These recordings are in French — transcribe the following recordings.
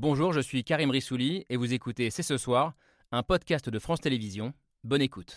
Bonjour, je suis Karim Rissouli et vous écoutez C'est ce soir, un podcast de France Télévisions. Bonne écoute.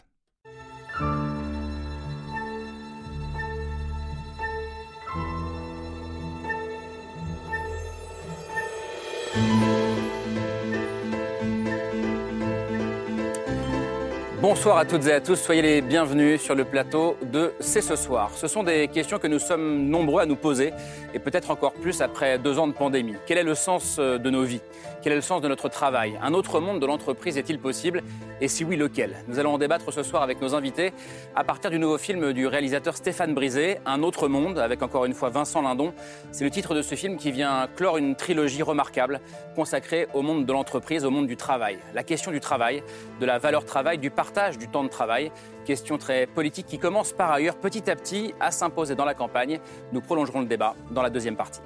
Bonsoir à toutes et à tous, soyez les bienvenus sur le plateau de C'est ce soir. Ce sont des questions que nous sommes nombreux à nous poser et peut-être encore plus après 2 ans de pandémie. Quel est le sens de nos vies ? Quel est le sens de notre travail ? Un autre monde de l'entreprise est-il possible ? Et si oui, lequel ? Nous allons en débattre ce soir avec nos invités à partir du nouveau film du réalisateur Stéphane Brisé, Un autre monde, avec encore une fois Vincent Lindon. C'est le titre de ce film qui vient clore une trilogie remarquable consacrée au monde de l'entreprise, au monde du travail. La question du travail, de la valeur travail, du partage du temps de travail. Question très politique qui commence par ailleurs petit à petit à s'imposer dans la campagne. Nous prolongerons le débat dans la deuxième partie.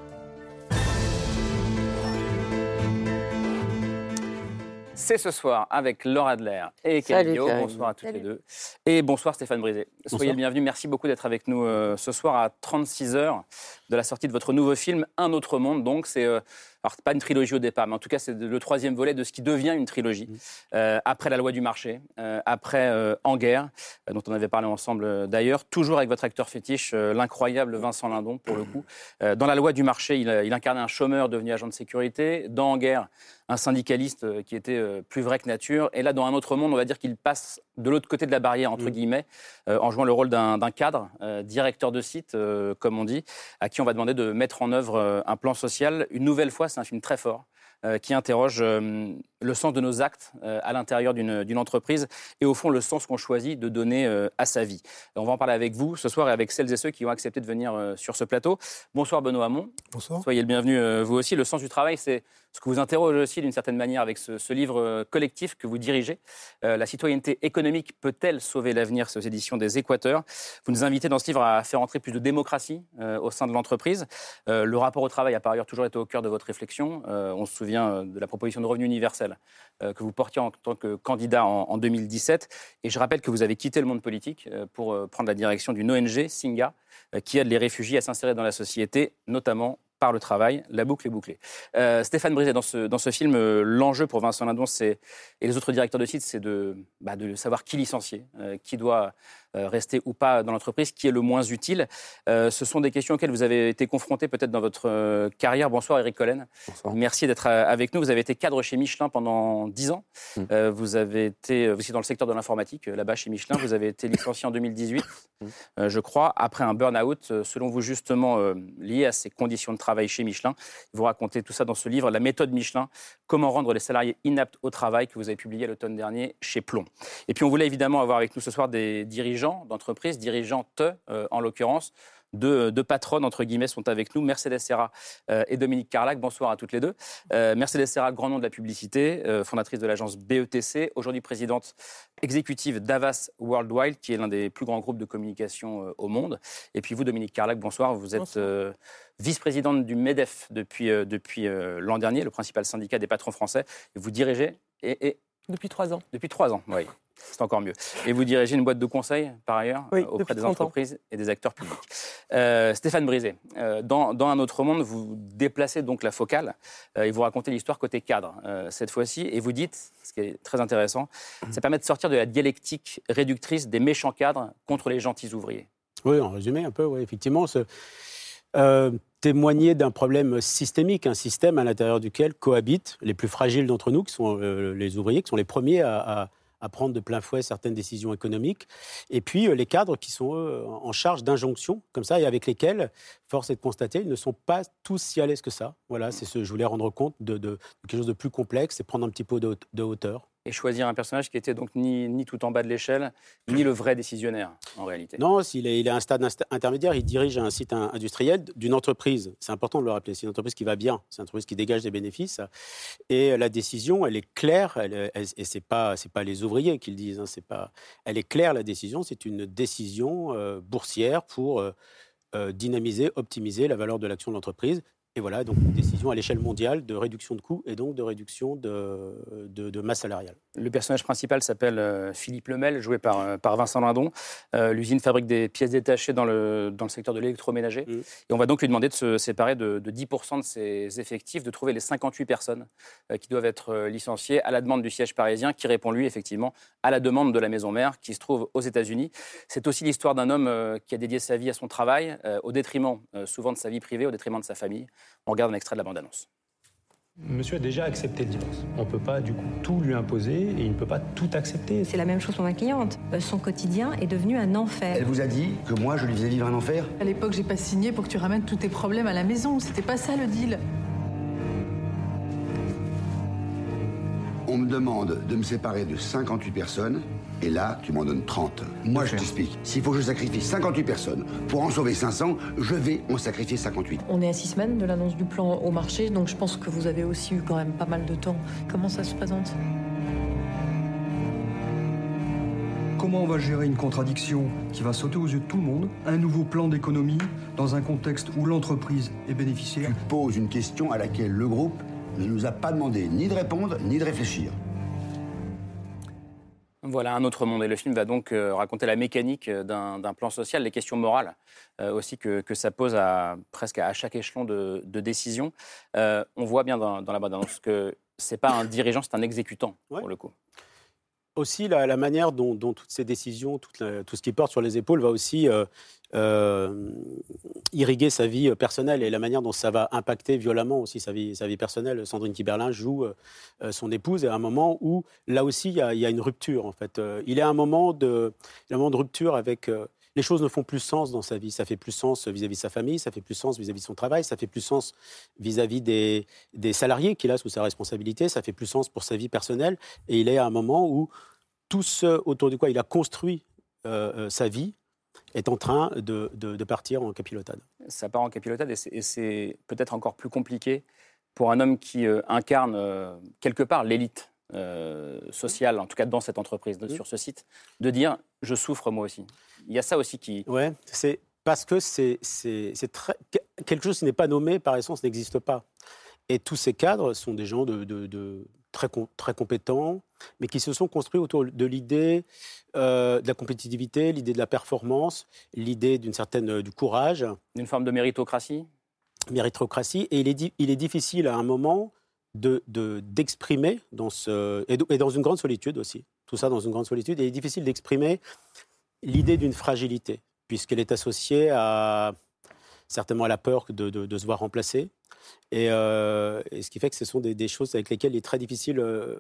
C'est ce soir avec Laura Adler et Camille Dio. Bonsoir à toutes les deux. Et bonsoir Stéphane Brisé. Soyez le bienvenu. Merci beaucoup d'être avec nous ce soir à 36 heures de la sortie de votre nouveau film Un autre monde. Donc c'est alors pas une trilogie au départ, mais en tout cas c'est le 3e volet de ce qui devient une trilogie. Après La loi du marché, après En guerre, dont on avait parlé ensemble d'ailleurs, toujours avec votre acteur fétiche, l'incroyable Vincent Lindon pour le coup. Dans La loi du marché, il incarnait un chômeur devenu agent de sécurité. Dans En guerre, un syndicaliste qui était plus vrai que nature. Et là, dans Un autre monde, on va dire qu'il passe de l'autre côté de la barrière, entre guillemets, en jouant le rôle d'un cadre, directeur de site, comme on dit, à qui on va demander de mettre en œuvre un plan social. Une nouvelle fois, c'est un film très fort qui interroge le sens de nos actes à l'intérieur d'une entreprise et au fond le sens qu'on choisit de donner à sa vie. On va en parler avec vous ce soir et avec celles et ceux qui ont accepté de venir sur ce plateau. Bonsoir Benoît Hamon. Bonsoir. Soyez le bienvenu vous aussi. Le sens du travail, c'est ce que vous interroge aussi d'une certaine manière avec ce livre collectif que vous dirigez. La citoyenneté économique peut-elle sauver l'avenir ? C'est aux éditions des Équateurs. Vous nous invitez dans ce livre à faire entrer plus de démocratie au sein de l'entreprise. Le rapport au travail a par ailleurs toujours été au cœur de votre réflexion. On se souvient de la proposition de revenu universel que vous portiez en tant que candidat en 2017. Et je rappelle que vous avez quitté le monde politique pour prendre la direction d'une ONG, Singa, qui aide les réfugiés à s'insérer dans la société, notamment par le travail. La boucle est bouclée. Stéphane Brisé, dans ce film, l'enjeu pour Vincent Lindon et les autres directeurs de site, c'est de savoir qui licencier, qui doit rester ou pas dans l'entreprise, qui est le moins utile. Ce sont des questions auxquelles vous avez été confronté peut-être dans votre carrière. Bonsoir Éric Collen. Bonsoir. Merci d'être avec nous. Vous avez été cadre chez Michelin pendant 10 ans. Vous êtes dans le secteur de l'informatique, là-bas chez Michelin. Vous avez été licencié en 2018, je crois, après un burn-out, selon vous justement lié à ces conditions de travail chez Michelin. Vous racontez tout ça dans ce livre, La méthode Michelin, comment rendre les salariés inaptes au travail, que vous avez publié l'automne dernier chez Plomb. Et puis on voulait évidemment avoir avec nous ce soir des dirigeants d'entreprise, dirigeantes en l'occurrence, deux patronnes, entre guillemets, sont avec nous, Mercedes Serra et Dominique Carlac. Bonsoir à toutes les deux. Mercedes Serra, grand nom de la publicité, fondatrice de l'agence BETC, aujourd'hui présidente exécutive d'Avas Worldwide, qui est l'un des plus grands groupes de communication au monde. Et puis vous, Dominique Carlac, bonsoir. Vous êtes vice-présidente du MEDEF depuis l'an dernier, le principal syndicat des patrons français. Et vous dirigez... Depuis 3 ans. Depuis 3 ans, oui. C'est encore mieux. Et vous dirigez une boîte de conseil, par ailleurs, auprès des entreprises et des acteurs publics. Stéphane Brisé, dans Un autre monde, vous déplacez donc la focale et vous racontez l'histoire côté cadre, cette fois-ci. Et vous dites, ce qui est très intéressant, ça permet de sortir de la dialectique réductrice des méchants cadres contre les gentils ouvriers. Oui, en résumé un peu, oui, effectivement. Témoigner d'un problème systémique, un système à l'intérieur duquel cohabitent les plus fragiles d'entre nous, qui sont les ouvriers, qui sont les premiers à prendre de plein fouet certaines décisions économiques, et puis les cadres qui sont en charge d'injonctions, comme ça, et avec lesquels, force est de constater, ils ne sont pas tous si à l'aise que ça. Voilà, je voulais rendre compte de quelque chose de plus complexe et prendre un petit peu de hauteur. Et choisir un personnage qui était donc ni tout en bas de l'échelle, ni le vrai décisionnaire, en réalité. Non, il est à un stade intermédiaire. Il dirige un site industriel d'une entreprise. C'est important de le rappeler. C'est une entreprise qui va bien. C'est une entreprise qui dégage des bénéfices. Et la décision, elle est claire. Et c'est pas les ouvriers qui le disent. Elle est claire, la décision. C'est une décision boursière pour dynamiser, optimiser la valeur de l'action de l'entreprise. Et voilà, donc une décision à l'échelle mondiale de réduction de coûts et donc de réduction de masse salariale. Le personnage principal s'appelle Philippe Lemel, joué par Vincent Lindon. L'usine fabrique des pièces détachées dans le secteur de l'électroménager. Et on va donc lui demander de se séparer de 10% de ses effectifs, de trouver les 58 personnes qui doivent être licenciées à la demande du siège parisien, qui répond, lui, effectivement, à la demande de la maison mère, qui se trouve aux États-Unis. C'est aussi l'histoire d'un homme qui a dédié sa vie à son travail, au détriment souvent de sa vie privée, au détriment de sa famille. On regarde un extrait de la bande-annonce. Monsieur a déjà accepté le divorce. On ne peut pas du coup tout lui imposer et il ne peut pas tout accepter. C'est la même chose pour ma cliente. Son quotidien est devenu un enfer. Elle vous a dit que moi je lui faisais vivre un enfer ? À l'époque, j'ai pas signé pour que tu ramènes tous tes problèmes à la maison. C'était pas ça le deal. On me demande de me séparer de 58 personnes, et là, tu m'en donnes 30. Moi, je t'explique. S'il faut que je sacrifie 58 personnes pour en sauver 500, je vais en sacrifier 58. On est à 6 semaines de l'annonce du plan au marché, donc je pense que vous avez aussi eu quand même pas mal de temps. Comment ça se présente ? Comment on va gérer une contradiction qui va sauter aux yeux de tout le monde, un nouveau plan d'économie dans un contexte où l'entreprise est bénéficiaire ? Tu poses une question à laquelle le groupe ne nous a pas demandé ni de répondre, ni de réfléchir. Voilà un autre monde. Et le film va donc raconter la mécanique d'un plan social, les questions morales aussi que ça pose presque à chaque échelon de décision. On voit bien dans la bande-annonce que ce n'est pas un dirigeant, c'est un exécutant, pour le coup. Aussi, la manière dont toutes ces décisions, tout ce qui porte sur les épaules va aussi irriguer sa vie personnelle et la manière dont ça va impacter violemment aussi sa vie personnelle. Sandrine Kiberlin joue son épouse et à un moment où, là aussi, il y a une rupture, en fait. Il est à un moment de rupture avec... les choses ne font plus sens dans sa vie. Ça fait plus sens vis-à-vis de sa famille, ça fait plus sens vis-à-vis de son travail, ça fait plus sens vis-à-vis des salariés qu'il a sous sa responsabilité, ça fait plus sens pour sa vie personnelle. Et il est à un moment où tout ce autour de quoi il a construit sa vie est en train de partir en capilotade. Ça part en capilotade et c'est peut-être encore plus compliqué pour un homme qui incarne quelque part l'élite sociale, en tout cas dans cette entreprise, sur ce site, de dire « je souffre moi aussi ». Il y a ça aussi qui... Ouais, c'est parce que c'est quelque chose qui n'est pas nommé, par essence, n'existe pas. Et tous ces cadres sont des gens très compétents, mais qui se sont construits autour de l'idée de la compétitivité, l'idée de la performance, l'idée du courage. D'une forme de méritocratie. Méritocratie. Et il est difficile à un moment d'exprimer, et dans une grande solitude aussi, tout ça dans une grande solitude, et il est difficile d'exprimer l'idée d'une fragilité, puisqu'elle est associée certainement à la peur de se voir remplacé. Et ce qui fait que ce sont des choses avec lesquelles il est très difficile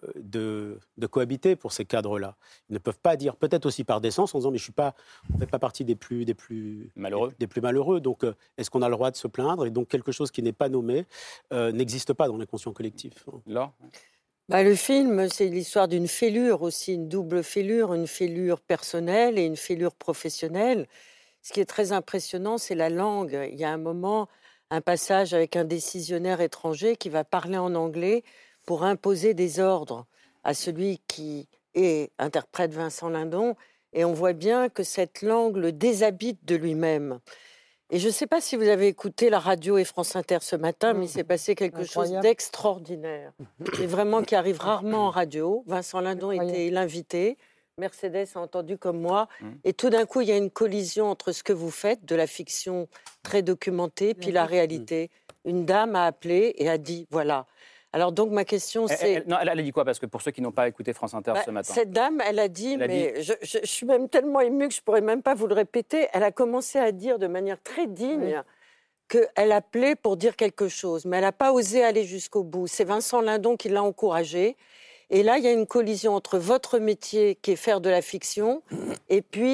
de cohabiter pour ces cadres-là. Ils ne peuvent pas dire, peut-être aussi par décence, en disant mais on ne fait pas partie des plus malheureux. Donc est-ce qu'on a le droit de se plaindre ? Et donc quelque chose qui n'est pas nommé n'existe pas dans l'inconscient collectif. Laure ? Le film, c'est l'histoire d'une fêlure aussi, une double fêlure, une fêlure personnelle et une fêlure professionnelle. Ce qui est très impressionnant, c'est la langue. Il y a un moment, un passage avec un décisionnaire étranger qui va parler en anglais pour imposer des ordres à celui qui interprète Vincent Lindon. Et on voit bien que cette langue le déshabite de lui-même. Et je ne sais pas si vous avez écouté la radio et France Inter ce matin, mais il s'est passé quelque chose d'extraordinaire. Et vraiment qui arrive rarement en radio. Vincent Lindon était l'invité. Mercedes a entendu comme moi. Et tout d'un coup, il y a une collision entre ce que vous faites, de la fiction très documentée, puis la réalité. Une dame a appelé et a dit, voilà. Alors donc, ma question, c'est... Elle a dit quoi ? Parce que pour ceux qui n'ont pas équté France Inter ce matin. Cette dame, elle a dit, je suis même tellement émue que je ne pourrais même pas vous le répéter, elle a commencé à dire de manière très digne qu'elle appelait pour dire quelque chose, mais elle n'a pas osé aller jusqu'au bout. C'est Vincent Lindon qui l'a encouragée. Et là, il y a une collision entre votre métier, qui est faire de la fiction, et puis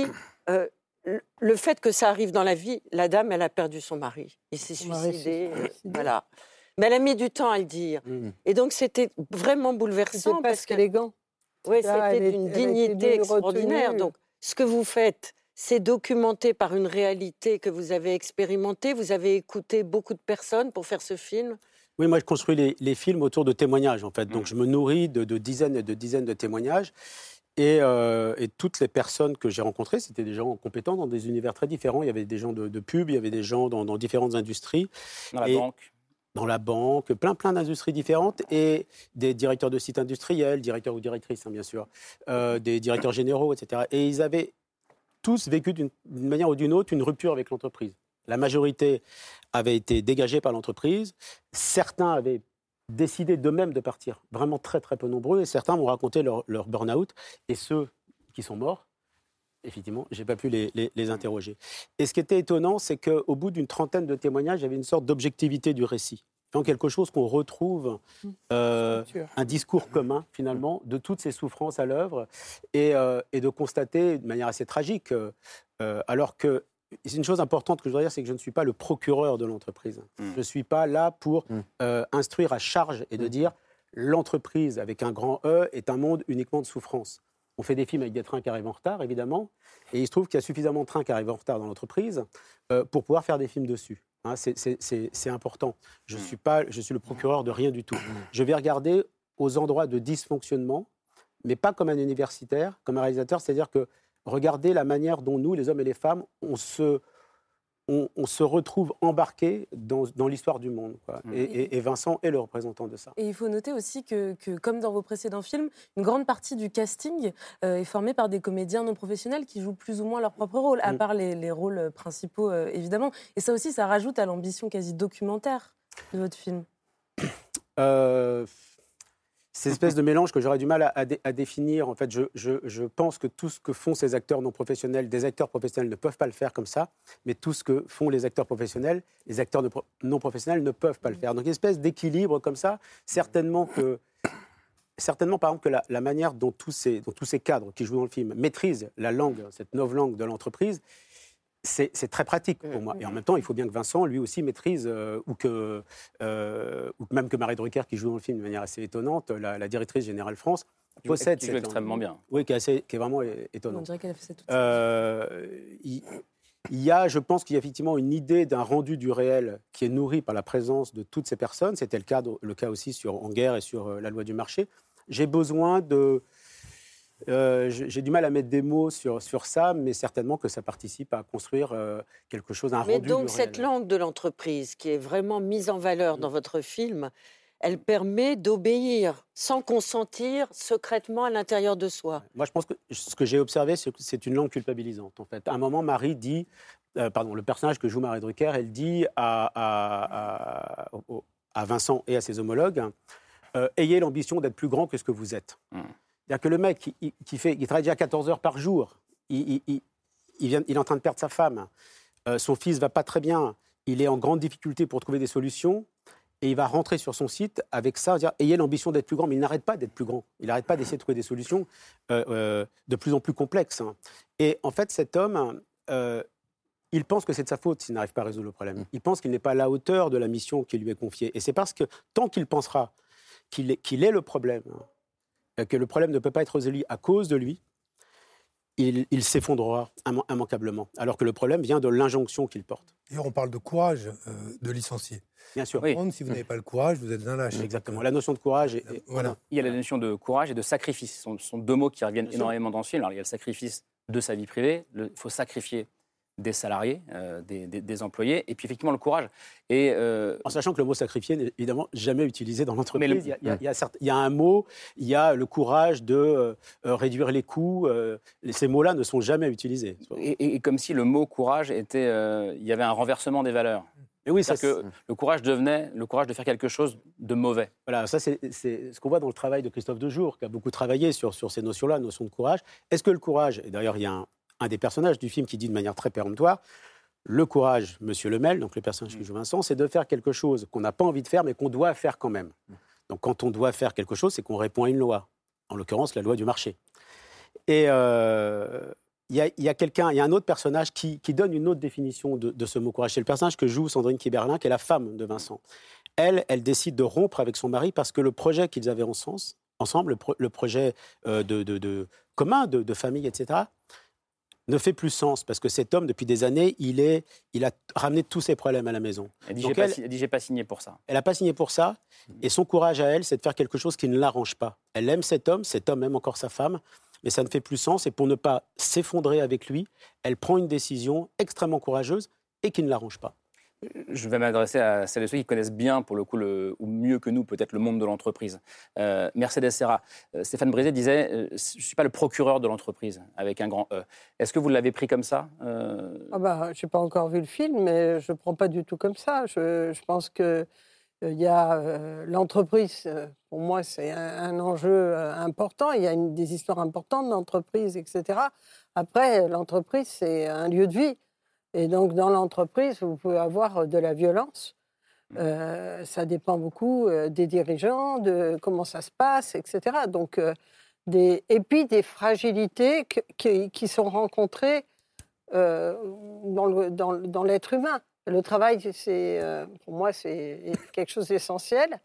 le fait que ça arrive dans la vie. La dame, elle a perdu son mari. Il s'est suicidé. Voilà. Mais elle a mis du temps à le dire. Et donc, c'était vraiment bouleversant. C'était presque élégant. Oui, c'était d'une dignité extraordinaire. Donc, ce que vous faites, c'est documenté par une réalité que vous avez expérimentée. Vous avez écouté beaucoup de personnes pour faire ce film. Oui, moi, je construis les films autour de témoignages, en fait. Donc, je me nourris de dizaines et de dizaines de témoignages. Et toutes les personnes que j'ai rencontrées, c'était des gens compétents dans des univers très différents. Il y avait des gens de pub, il y avait des gens dans différentes industries. Dans la banque. dans la banque, plein d'industries différentes, et des directeurs de sites industriels, directeurs ou directrices, bien sûr, des directeurs généraux, etc. Et ils avaient tous vécu d'une manière ou d'une autre une rupture avec l'entreprise. La majorité avait été dégagée par l'entreprise. Certains avaient décidé d'eux-mêmes de partir, vraiment très très peu nombreux, et certains m'ont raconté leur burn-out, et ceux qui sont morts, effectivement, je n'ai pas pu les interroger. Et ce qui était étonnant, c'est qu'au bout d'une trentaine de témoignages, il y avait une sorte d'objectivité du récit. Donc quelque chose qu'on retrouve, un discours commun, finalement, de toutes ces souffrances à l'œuvre, et de constater de manière assez tragique, alors que c'est une chose importante que je dois dire, c'est que je ne suis pas le procureur de l'entreprise. Je ne suis pas là pour instruire à charge et de dire l'entreprise, avec un grand E, est un monde uniquement de souffrance. On fait des films avec des trains qui arrivent en retard, évidemment, et il se trouve qu'il y a suffisamment de trains qui arrivent en retard dans l'entreprise pour pouvoir faire des films dessus. Hein, c'est important. Je suis le procureur de rien du tout. Je vais regarder aux endroits de dysfonctionnement, mais pas comme un universitaire, comme un réalisateur, c'est-à-dire que regarder la manière dont nous, les hommes et les femmes, on se retrouve embarqués dans l'histoire du monde, quoi. Et Vincent est le représentant de ça. Et il faut noter aussi que comme dans vos précédents films, une grande partie du casting est formée par des comédiens non professionnels qui jouent plus ou moins leur propre rôle, à part les rôles principaux, évidemment. Et ça aussi, ça rajoute à l'ambition quasi documentaire de votre film. Ces espèces de mélange que j'aurais du mal à définir. En fait, je pense que tout ce que font ces acteurs non professionnels, des acteurs professionnels ne peuvent pas le faire comme ça, mais tout ce que font les acteurs professionnels, les acteurs non professionnels ne peuvent pas le faire. Donc, une espèce d'équilibre comme ça, certainement, par exemple, que la manière dont tous ces cadres qui jouent dans le film maîtrisent la langue, cette novlangue de l'entreprise, c'est très pratique pour moi. Et en même temps, il faut bien que Vincent, lui aussi, maîtrise, ou même que Marie Drucker, qui joue dans le film de manière assez étonnante, la directrice générale France, possède qui joue extrêmement bien. Oui, qui est vraiment étonnante. On dirait qu'elle a fait ça toute il y a, je pense qu'il y a effectivement une idée d'un rendu du réel qui est nourri par la présence de toutes ces personnes. C'était le cas aussi sur En guerre et sur La loi du marché. J'ai besoin de... j'ai du mal à mettre des mots sur ça, mais certainement que ça participe à construire quelque chose, un rendu du réel. Mais donc cette langue de l'entreprise qui est vraiment mise en valeur dans votre film, elle permet d'obéir sans consentir secrètement à l'intérieur de soi. Moi, je pense que ce que j'ai observé, c'est que c'est une langue culpabilisante, en fait. À un moment, Marie dit, le personnage que joue Marie Drucker, elle dit à Vincent et à ses homologues, ayez l'ambition d'être plus grand que ce que vous êtes. C'est-à-dire que le mec qui travaille déjà 14 heures par jour, il est en train de perdre sa femme, son fils ne va pas très bien, il est en grande difficulté pour trouver des solutions, et il va rentrer sur son site avec ça, dire ayez l'ambition d'être plus grand, mais il n'arrête pas d'être plus grand, il n'arrête pas d'essayer de trouver des solutions de plus en plus complexes. Et en fait, cet homme, il pense que c'est de sa faute s'il n'arrive pas à résoudre le problème. Il pense qu'il n'est pas à la hauteur de la mission qui lui est confiée. Et c'est parce que tant qu'il pensera qu'il est le problème, que le problème ne peut pas être résolu à cause de lui, il s'effondrera immanquablement. Alors que le problème vient de l'injonction qu'il porte. Et on parle de courage de licencier. Bien sûr. Oui. Si vous n'avez pas le courage, vous êtes un lâche. Exactement. La notion de courage voilà. Il y a la notion de courage et de sacrifice. Ce sont deux mots qui reviennent énormément dans ce film. Alors, il y a le sacrifice de sa vie privée. Il faut sacrifier des salariés, des employés, et puis effectivement le courage. En sachant que le mot sacrifier n'est évidemment jamais utilisé dans l'entreprise. Il y a un mot, il y a le courage de réduire les coûts. Ces mots-là ne sont jamais utilisés. Et comme si le mot courage était... il y avait un renversement des valeurs. Mais oui, que le courage devenait le courage de faire quelque chose de mauvais. Voilà, ça c'est ce qu'on voit dans le travail de Christophe Dejour, qui a beaucoup travaillé sur ces notions-là, notion de courage. Est-ce que le courage, et d'ailleurs il y a un des personnages du film qui dit de manière très péremptoire, le courage, Monsieur Lemel, donc le personnage qui joue Vincent, c'est de faire quelque chose qu'on n'a pas envie de faire, mais qu'on doit faire quand même. Donc quand on doit faire quelque chose, c'est qu'on répond à une loi, en l'occurrence la loi du marché. Et il y a un autre personnage qui donne une autre définition de ce mot courage. C'est le personnage que joue Sandrine Kiberlin, qui est la femme de Vincent. Elle décide de rompre avec son mari parce que le projet qu'ils avaient ensemble, le projet commun de famille, etc., ne fait plus sens, parce que cet homme, depuis des années, il a ramené tous ses problèmes à la maison. Elle dit, j'ai pas signé pour ça. Elle n'a pas signé pour ça, et son courage à elle, c'est de faire quelque chose qui ne l'arrange pas. Elle aime cet homme aime encore sa femme, mais ça ne fait plus sens, et pour ne pas s'effondrer avec lui, elle prend une décision extrêmement courageuse et qui ne l'arrange pas. Je vais m'adresser à celles et ceux qui connaissent bien, pour le coup, ou mieux que nous, peut-être, le monde de l'entreprise. Mercedes Serra, Stéphane Brisé disait je ne suis pas le procureur de l'entreprise, avec un grand E. Est-ce que vous l'avez pris comme ça Je n'ai pas encore vu le film, mais je ne prends pas du tout comme ça. Je pense que il y a l'entreprise, pour moi, c'est un enjeu important. Il y a des histoires importantes d'entreprise, etc. Après, l'entreprise, c'est un lieu de vie. Et donc, dans l'entreprise, vous pouvez avoir de la violence. Ça dépend beaucoup des dirigeants, de comment ça se passe, etc. Donc, et puis des fragilités qui sont rencontrées dans l'être humain. Le travail, pour moi, c'est quelque chose d'essentiel.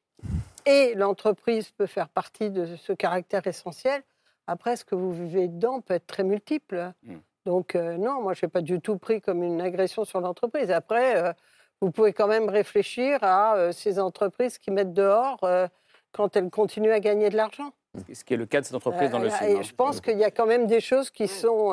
Et l'entreprise peut faire partie de ce caractère essentiel. Après, ce que vous vivez dedans peut être très multiple. Donc, non, moi, je n'ai pas du tout pris comme une agression sur l'entreprise. Après, vous pouvez quand même réfléchir à ces entreprises qui mettent dehors quand elles continuent à gagner de l'argent. Ce qui est le cas de cette entreprise dans le film. Je pense qu'il y a quand même des choses qui sont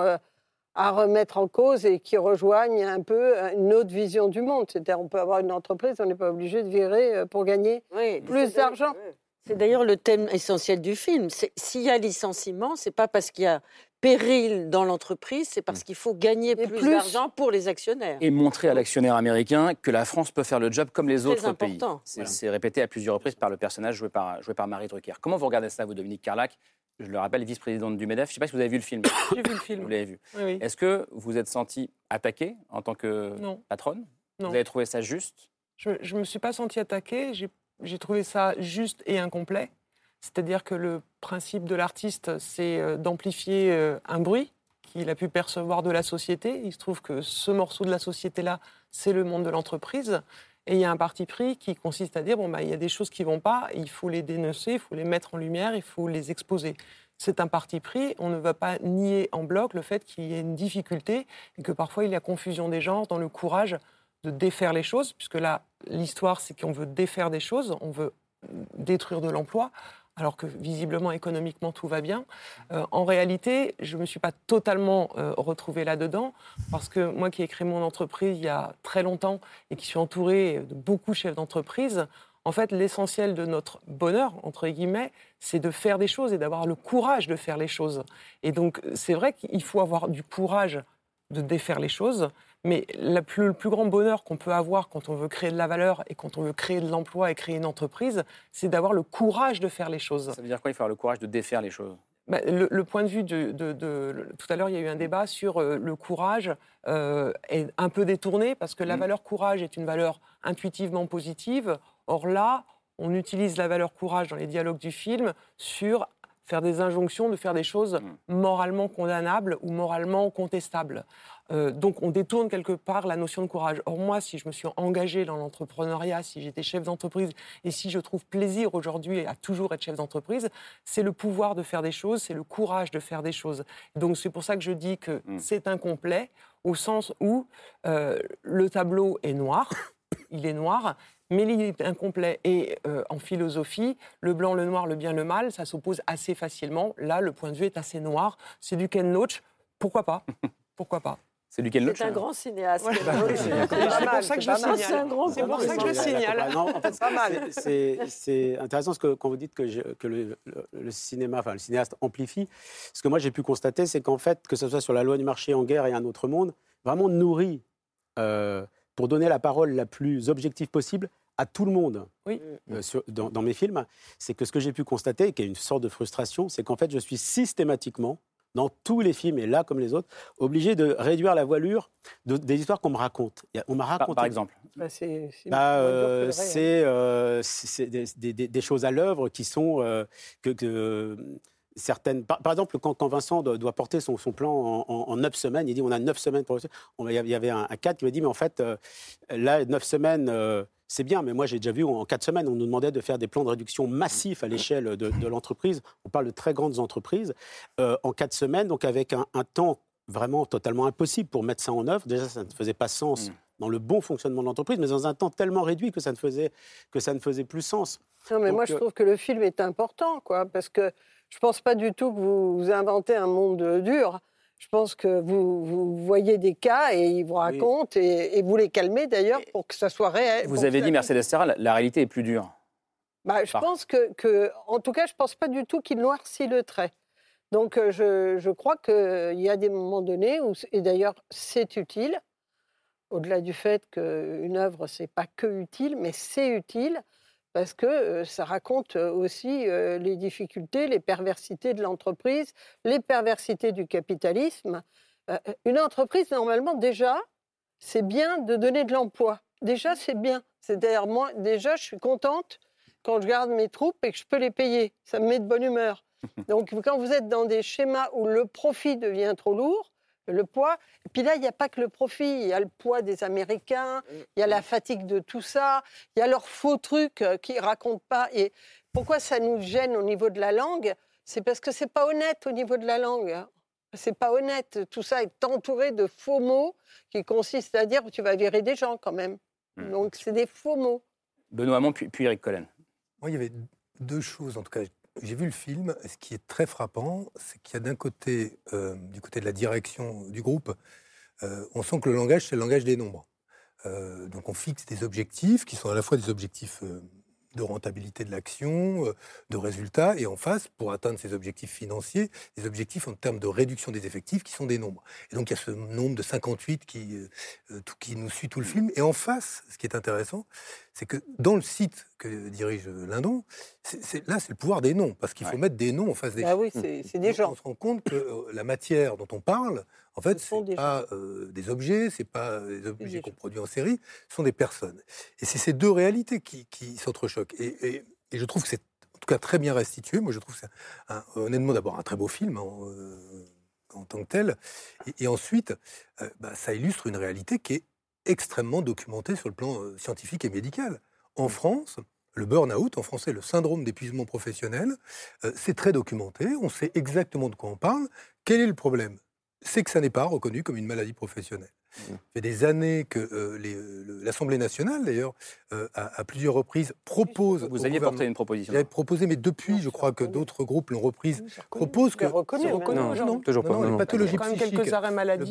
à remettre en cause et qui rejoignent un peu une autre vision du monde. C'est-à-dire, on peut avoir une entreprise, on n'est pas obligé de virer pour gagner plus d'argent. C'est d'ailleurs le thème essentiel du film. S'il y a licenciement, ce n'est pas parce qu'il y a péril dans l'entreprise, c'est parce qu'il faut gagner plus d'argent pour les actionnaires. Et montrer à l'actionnaire américain que la France peut faire le job comme les autres pays. C'est répété à plusieurs reprises par le personnage joué par Marie Drucker. Comment vous regardez ça, vous, Dominique Carlac? Je le rappelle, vice-présidente du MEDEF. Je ne sais pas si vous avez vu le film. J'ai vu le film. Vous l'avez vu. Oui. Est-ce que vous êtes sentie attaquée en tant que patronne? Non. Vous avez trouvé ça juste? Je ne me suis pas sentie attaquée. J'ai trouvé ça juste et incomplet. C'est-à-dire que le principe de l'artiste, c'est d'amplifier un bruit qu'il a pu percevoir de la société. Il se trouve que ce morceau de la société-là, c'est le monde de l'entreprise. Et il y a un parti pris qui consiste à dire, il y a des choses qui ne vont pas, il faut les dénoncer, il faut les mettre en lumière, il faut les exposer. C'est un parti pris, on ne va pas nier en bloc le fait qu'il y ait une difficulté et que parfois il y a confusion des genres dans le courage de défaire les choses, puisque là, l'histoire, c'est qu'on veut défaire des choses, on veut détruire de l'emploi, alors que visiblement, économiquement, tout va bien. En réalité, je ne me suis pas totalement retrouvée là-dedans, parce que moi qui ai créé mon entreprise il y a très longtemps et qui suis entourée de beaucoup de chefs d'entreprise, en fait, l'essentiel de notre bonheur, entre guillemets, c'est de faire des choses et d'avoir le courage de faire les choses. Et donc, c'est vrai qu'il faut avoir du courage de défaire les choses, mais le plus grand bonheur qu'on peut avoir quand on veut créer de la valeur et quand on veut créer de l'emploi et créer une entreprise, c'est d'avoir le courage de faire les choses. Ça veut dire quoi, il faut avoir le courage de défaire les choses? Le point de vue tout à l'heure, il y a eu un débat sur le courage est un peu détourné, parce que la valeur courage est une valeur intuitivement positive. Or là, on utilise la valeur courage dans les dialogues du film sur faire des injonctions, de faire des choses moralement condamnables ou moralement contestables. Donc on détourne quelque part la notion de courage. Or moi, si je me suis engagée dans l'entrepreneuriat, si j'étais chef d'entreprise et si je trouve plaisir aujourd'hui à toujours être chef d'entreprise, c'est le pouvoir de faire des choses, c'est le courage de faire des choses. Donc c'est pour ça que je dis que c'est incomplet, au sens où le tableau est noir, il est noir, mais il est incomplet. Et en philosophie, le blanc, le noir, le bien, le mal, ça s'oppose assez facilement. Là, le point de vue est assez noir. C'est du Ken Loach. Pourquoi pas? Pourquoi pas? C'est du Ken Loach. C'est un grand cinéaste. Ouais. C'est pour ça que je signale. C'est pour ça que je signale. Non, en fait, c'est pas mal. C'est intéressant quand vous dites que le cinéma, enfin le cinéaste amplifie. Ce que moi j'ai pu constater, c'est qu'en fait, que ce soit sur La loi du marché, En guerre et Un autre monde, vraiment nourrit pour donner la parole la plus objective possible à tout le monde dans mes films. C'est que ce que j'ai pu constater, qui est une sorte de frustration, c'est qu'en fait, je suis systématiquement, dans tous les films, et là comme les autres, obligé de réduire la voilure des histoires qu'on me raconte. On m'a raconté... Par exemple c'est des choses à l'œuvre qui sont... certaines, par exemple, quand Vincent doit porter son plan en 9 semaines, il dit on a 9 semaines pour... Il y avait un cadre qui m'a dit mais en fait, là, 9 semaines, c'est bien, mais moi j'ai déjà vu en 4 semaines, on nous demandait de faire des plans de réduction massifs à l'échelle de l'entreprise. On parle de très grandes entreprises. En 4 semaines, donc avec un temps vraiment totalement impossible pour mettre ça en œuvre. Déjà, ça ne faisait pas sens dans le bon fonctionnement de l'entreprise, mais dans un temps tellement réduit que ça ne faisait plus sens. Non, mais donc, moi je trouve que le film est important, parce que je ne pense pas du tout que vous inventez un monde dur. Je pense que vous voyez des cas et ils vous racontent et vous les calmez d'ailleurs pour que ça soit réel. Vous avez dit, Mercedes Serra, la réalité est plus dure. Je pense en tout cas, je ne pense pas du tout qu'il noircit le trait. Donc, je crois qu'il y a des moments donnés où, et d'ailleurs, c'est utile, au-delà du fait qu'une œuvre, ce n'est pas que utile, mais c'est utile parce que ça raconte aussi les difficultés, les perversités de l'entreprise, les perversités du capitalisme. Une entreprise, normalement, déjà, c'est bien de donner de l'emploi. Déjà, c'est bien. C'est-à-dire, moi, déjà, je suis contente quand je garde mes troupes et que je peux les payer. Ça me met de bonne humeur. Donc, quand vous êtes dans des schémas où le profit devient trop lourd, le poids, et puis là, il n'y a pas que le profit, il y a le poids des Américains, il y a la fatigue de tout ça, il y a leurs faux trucs qu'ils ne racontent pas. Et pourquoi ça nous gêne au niveau de la langue ? C'est parce que ce n'est pas honnête au niveau de la langue. Ce n'est pas honnête. Tout ça est entouré de faux mots qui consistent à dire que tu vas virer des gens quand même. Donc, c'est des faux mots. Benoît Hamon, puis Éric Collen. Moi, il y avait deux choses, en tout cas. J'ai vu le film, et ce qui est très frappant, c'est qu'il y a d'un côté, du côté de la direction du groupe, on sent que le langage, c'est le langage des nombres. Donc on fixe des objectifs qui sont à la fois des objectifs de rentabilité de l'action, de résultats, et en face, pour atteindre ces objectifs financiers, des objectifs en termes de réduction des effectifs qui sont des nombres. Et donc il y a ce nombre de 58 qui nous suit tout le film. Et en face, ce qui est intéressant, c'est que dans le site que dirige Lindon, là, c'est le pouvoir des noms, parce qu'il faut mettre des noms en face des chiffres. Oui, c'est des gens. On se rend compte que la matière dont on parle, en fait, ce n'est pas des objets, ce n'est pas des objets qu'on produit en série, ce sont des personnes. Et c'est ces deux réalités qui s'entrechoquent. Et je trouve que c'est en tout cas très bien restitué. Moi, je trouve que c'est honnêtement d'abord un très beau film en tant que tel. Et ensuite, ça illustre une réalité qui est extrêmement documentée sur le plan scientifique et médical. En France, le burn-out, en français le syndrome d'épuisement professionnel, c'est très documenté, on sait exactement de quoi on parle. Quel est le problème ? C'est que ça n'est pas reconnu comme une maladie professionnelle. Ça fait des années que l'Assemblée nationale, d'ailleurs, à plusieurs reprises, propose... Vous aviez porté une proposition. J'avais proposé, mais depuis, je crois que d'autres groupes l'ont reprise, propose que... C'est reconnu non, toujours pas. les pathologies quand même psychiques... quelques arrêts maladie.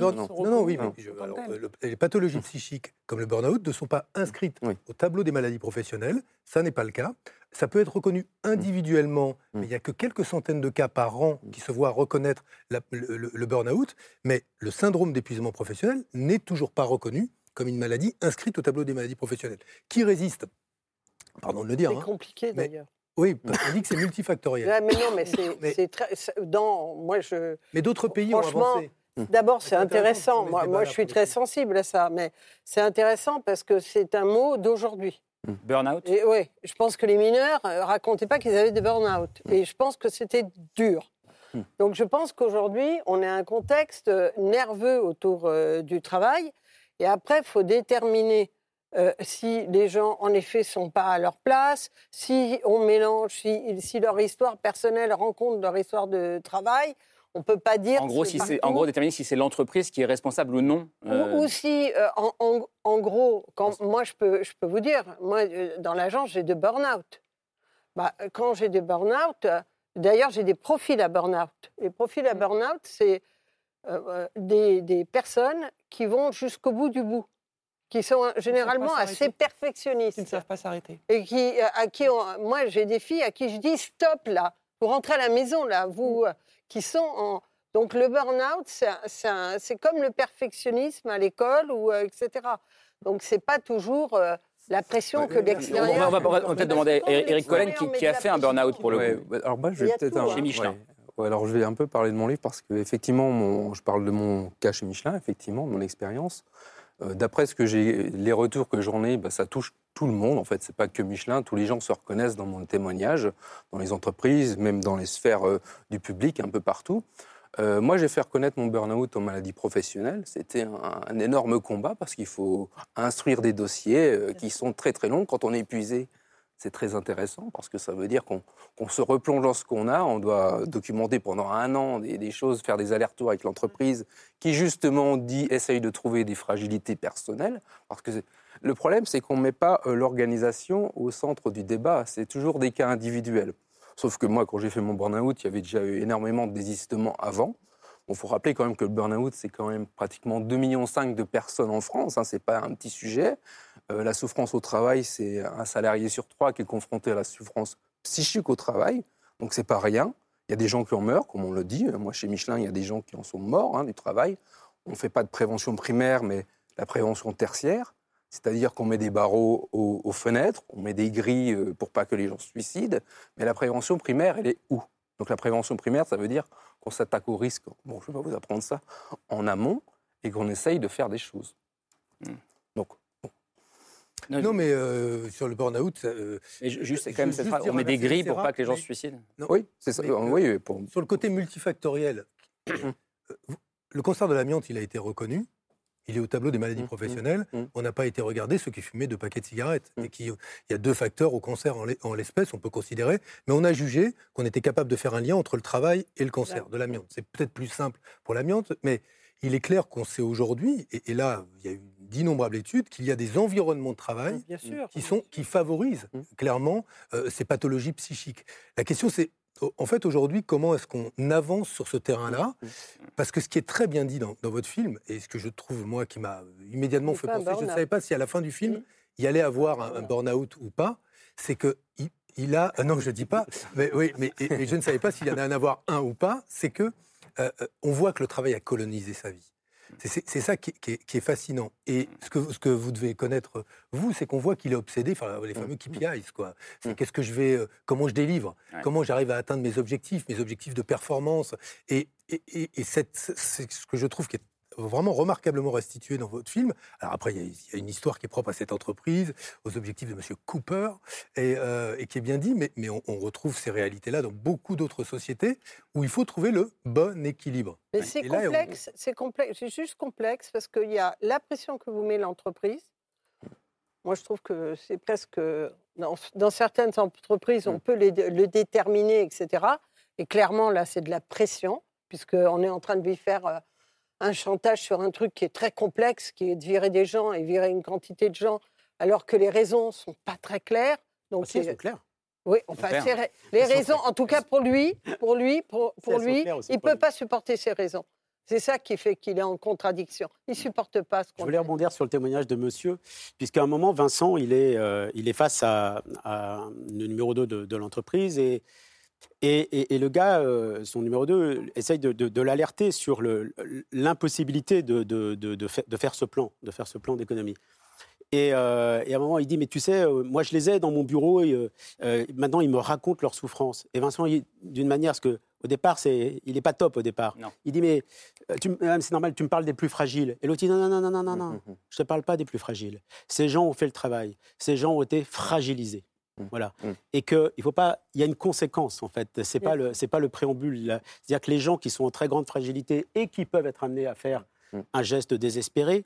Les pathologies psychiques, comme le burn-out, ne sont pas inscrites au tableau des maladies professionnelles. Ça n'est pas le cas. Ça peut être reconnu individuellement, mais il n'y a que quelques centaines de cas par an qui se voient reconnaître le burn-out. Mais le syndrome d'épuisement professionnel n'est toujours pas reconnu comme une maladie inscrite au tableau des maladies professionnelles. Qui résiste ? Pardon de le dire. C'est compliqué d'ailleurs. Oui, on dit que c'est multifactoriel. Mais non, mais c'est très... Mais d'autres pays ont avancé. D'abord, c'est intéressant. Moi, je suis très sensible à ça, mais c'est intéressant parce que c'est un mot d'aujourd'hui. Burn-out ? Oui, je pense que les mineurs ne racontaient pas qu'ils avaient des burn-out. Et je pense que c'était dur. Donc je pense qu'aujourd'hui, on est à un contexte nerveux autour du travail. Et après, il faut déterminer si les gens, en effet, ne sont pas à leur place, si on mélange, si leur histoire personnelle rencontre leur histoire de travail. On ne peut pas dire... En gros, déterminer si c'est l'entreprise qui est responsable ou non. Ou si, en gros, moi, je peux vous dire, moi, dans l'agence, j'ai des burn-out. Quand j'ai des burn-out, d'ailleurs, j'ai des profils à burn-out. Les profils à burn-out, c'est des personnes qui vont jusqu'au bout du bout, qui sont généralement assez perfectionnistes. Qui ne savent pas s'arrêter. Et moi, j'ai des filles à qui je dis « stop, là, vous rentrez à la maison, là, vous... » qui sont en... Donc le burn-out, c'est comme le perfectionnisme à l'école, etc. Donc c'est pas toujours la pression que l'extérieur... On va peut-être demander à Éric Collen qui a fait un burn-out pour le coup. Alors moi, je vais peut-être... Chez Michelin. Alors je vais un peu parler de mon livre parce qu'effectivement, je parle de mon cas chez Michelin, effectivement, de mon expérience. D'après les retours que j'en ai, ça touche tout le monde. En fait, c'est pas que Michelin. Tous les gens se reconnaissent dans mon témoignage, dans les entreprises, même dans les sphères du public, un peu partout. Moi, j'ai fait reconnaître mon burn-out en maladie professionnelle. C'était un énorme combat parce qu'il faut instruire des dossiers qui sont très très longs. Quand on est épuisé, c'est très intéressant parce que ça veut dire qu'on se replonge dans ce qu'on a. On doit documenter pendant 1 an des choses, faire des allers-retours avec l'entreprise qui, justement, essaye de trouver des fragilités personnelles. Parce que le problème, c'est qu'on ne met pas l'organisation au centre du débat. C'est toujours des cas individuels. Sauf que moi, quand j'ai fait mon burn-out, il y avait déjà eu énormément de désistements avant. Il faut rappeler quand même que le burn-out, c'est quand même pratiquement 2,5 millions de personnes en France. Ce n'est pas un petit sujet. La souffrance au travail, c'est un salarié sur 3 qui est confronté à la souffrance psychique au travail. Donc, ce n'est pas rien. Il y a des gens qui en meurent, comme on le dit. Moi, chez Michelin, il y a des gens qui en sont morts du travail. On ne fait pas de prévention primaire, mais la prévention tertiaire. C'est-à-dire qu'on met des barreaux aux fenêtres, on met des grilles pour pas que les gens se suicident. Mais la prévention primaire, elle est où ? Donc la prévention primaire, ça veut dire qu'on s'attaque au risque. Bon, je ne vais pas vous apprendre ça en amont et qu'on essaye de faire des choses. Donc, bon. Non, mais sur le burn-out... juste, c'est quand même cette phrase, on met des grilles pour pas que les gens se suicident. Oui, c'est ça. Oui, sur le côté multifactoriel, le cancer de l'amiante, il a été reconnu. Il est au tableau des maladies professionnelles. On n'a pas été regarder ceux qui fumaient 2 paquets de cigarettes. Et il y a 2 facteurs au cancer en l'espèce, on peut considérer. Mais on a jugé qu'on était capable de faire un lien entre le travail et le cancer de l'amiante. C'est peut-être plus simple pour l'amiante, mais il est clair qu'on sait aujourd'hui, et là, il y a eu d'innombrables études, qu'il y a des environnements de travail qui favorisent clairement ces pathologies psychiques. La question, c'est, en fait, aujourd'hui, comment est-ce qu'on avance sur ce terrain-là ? Parce que ce qui est très bien dit dans votre film, et ce que je trouve, moi, qui m'a immédiatement fait penser, je ne savais pas si à la fin du film, il allait avoir un burn-out ou pas, c'est qu'il a... non, je ne dis pas, mais je ne savais pas s'il y en allait en avoir un ou pas, c'est que on voit que le travail a colonisé sa vie. C'est ça qui est fascinant. Et ce que vous devez connaître, vous, c'est qu'on voit qu'il est obsédé, enfin, les fameux KPIs, quoi. C'est qu'est-ce que je vais, comment je délivre, comment j'arrive à atteindre mes objectifs de performance. Et c'est ce que je trouve qui est vraiment remarquablement restitué dans votre film. Alors après, il y a une histoire qui est propre à cette entreprise, aux objectifs de M. Cooper, et qui est bien dit, mais on retrouve ces réalités-là dans beaucoup d'autres sociétés où il faut trouver le bon équilibre. Mais c'est complexe, c'est juste complexe parce qu'il y a la pression que vous met l'entreprise. Moi, je trouve que c'est presque... Dans certaines entreprises, on peut le déterminer, etc. Et clairement, là, c'est de la pression, puisqu'on est en train de lui faire... un chantage sur un truc qui est très complexe, qui est de virer des gens et virer une quantité de gens, alors que les raisons ne sont pas très claires. Donc c'est clair. Oui, enfin, les raisons, en tout cas pour lui, il ne peut pas supporter ces raisons. C'est ça qui fait qu'il est en contradiction. Il ne supporte pas ce qu'on... Je voulais rebondir sur le témoignage de monsieur, puisqu'à un moment, Vincent, il est face à le numéro 2 de l'entreprise et le gars, son numéro 2, essaye de l'alerter sur l'impossibilité de faire ce plan d'économie. Et à un moment, il dit, mais tu sais, moi je les ai dans mon bureau, et maintenant ils me racontent leurs souffrances. Et Vincent, d'une manière, parce qu'au départ, il n'est pas top au départ. Non. Il dit, mais c'est normal, tu me parles des plus fragiles. Et l'autre dit, non, je ne te parle pas des plus fragiles. Ces gens ont fait le travail, ces gens ont été fragilisés. Voilà. Et qu'il faut pas, il y a une conséquence en fait. C'est pas le préambule. Là. C'est-à-dire que les gens qui sont en très grande fragilité et qui peuvent être amenés à faire un geste désespéré,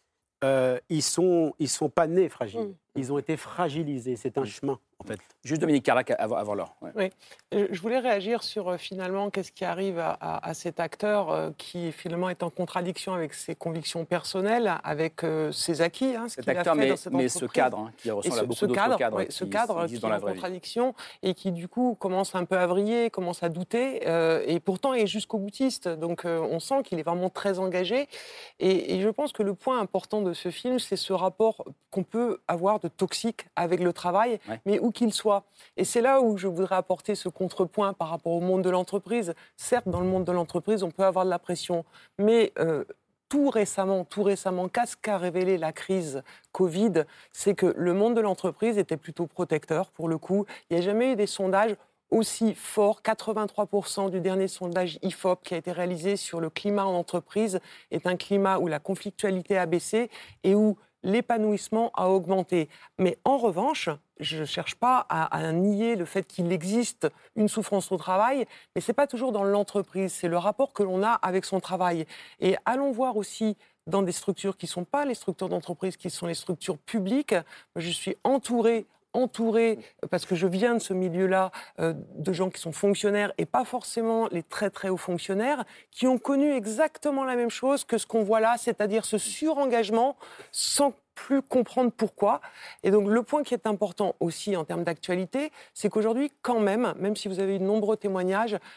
ils sont pas nés fragiles. Ils ont été fragilisés. C'est un chemin en fait. Juste Dominique Carlac avant l'heure. Ouais. Oui. Je voulais réagir sur finalement qu'est-ce qui arrive à cet acteur qui finalement est en contradiction avec ses convictions personnelles, avec ses acquis. Ce qu'il a fait dans cette entreprise. Ce cadre qui ressemble à beaucoup d'autres cadres. Ce cadre qui est en contradiction et qui du coup commence un peu à vriller, commence à douter et pourtant est jusqu'au boutiste. Donc on sent qu'il est vraiment très engagé et je pense que le point important de ce film, c'est ce rapport qu'on peut avoir de toxique avec le travail, mais où qu'il soit. Et c'est là où je voudrais apporter ce contrepoint par rapport au monde de l'entreprise. Certes, dans le monde de l'entreprise, on peut avoir de la pression, mais tout récemment, qu'est-ce qu'a révélé la crise Covid, c'est que le monde de l'entreprise était plutôt protecteur, pour le coup. Il n'y a jamais eu des sondages aussi forts. 83% du dernier sondage IFOP qui a été réalisé sur le climat en entreprise est un climat où la conflictualité a baissé et où l'épanouissement a augmenté. Mais en revanche, je ne cherche pas à nier le fait qu'il existe une souffrance au travail, mais ce n'est pas toujours dans l'entreprise, c'est le rapport que l'on a avec son travail. Et allons voir aussi dans des structures qui ne sont pas les structures d'entreprise, qui sont les structures publiques. Je suis entourée, parce que je viens de ce milieu-là, de gens qui sont fonctionnaires et pas forcément les très très hauts fonctionnaires, qui ont connu exactement la même chose que ce qu'on voit là, c'est-à-dire ce surengagement sans plus comprendre pourquoi. Et donc le point qui est important aussi en termes d'actualité, c'est qu'aujourd'hui, quand même si vous avez eu de nombreux témoignages,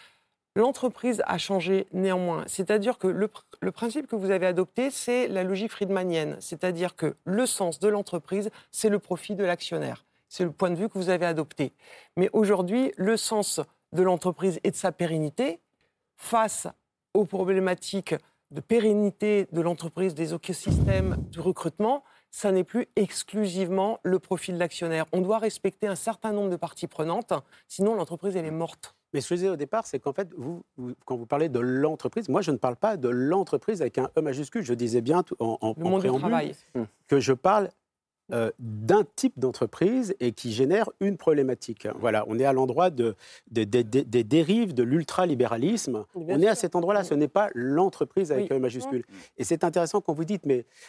L'entreprise a changé néanmoins. C'est-à-dire que le principe que vous avez adopté, c'est la logique friedmanienne. C'est-à-dire que le sens de l'entreprise, c'est le profit de l'actionnaire. C'est le point de vue que vous avez adopté. Mais aujourd'hui, le sens de l'entreprise et de sa pérennité, face aux problématiques de pérennité de l'entreprise, des écosystèmes, du recrutement, ça n'est plus exclusivement le profit de l'actionnaire. On doit respecter un certain nombre de parties prenantes, sinon l'entreprise, elle est morte. Mais ce que je disais au départ, c'est qu'en fait, quand vous parlez de l'entreprise, moi, je ne parle pas de l'entreprise avec un E majuscule. Je disais bien en préambule que je parle d'un type d'entreprise et qui génère une problématique. Voilà, on est à l'endroit des dérives de l'ultralibéralisme. On est à cet endroit-là. Ce n'est pas l'entreprise avec un E majuscule. Et c'est intéressant quand vous dites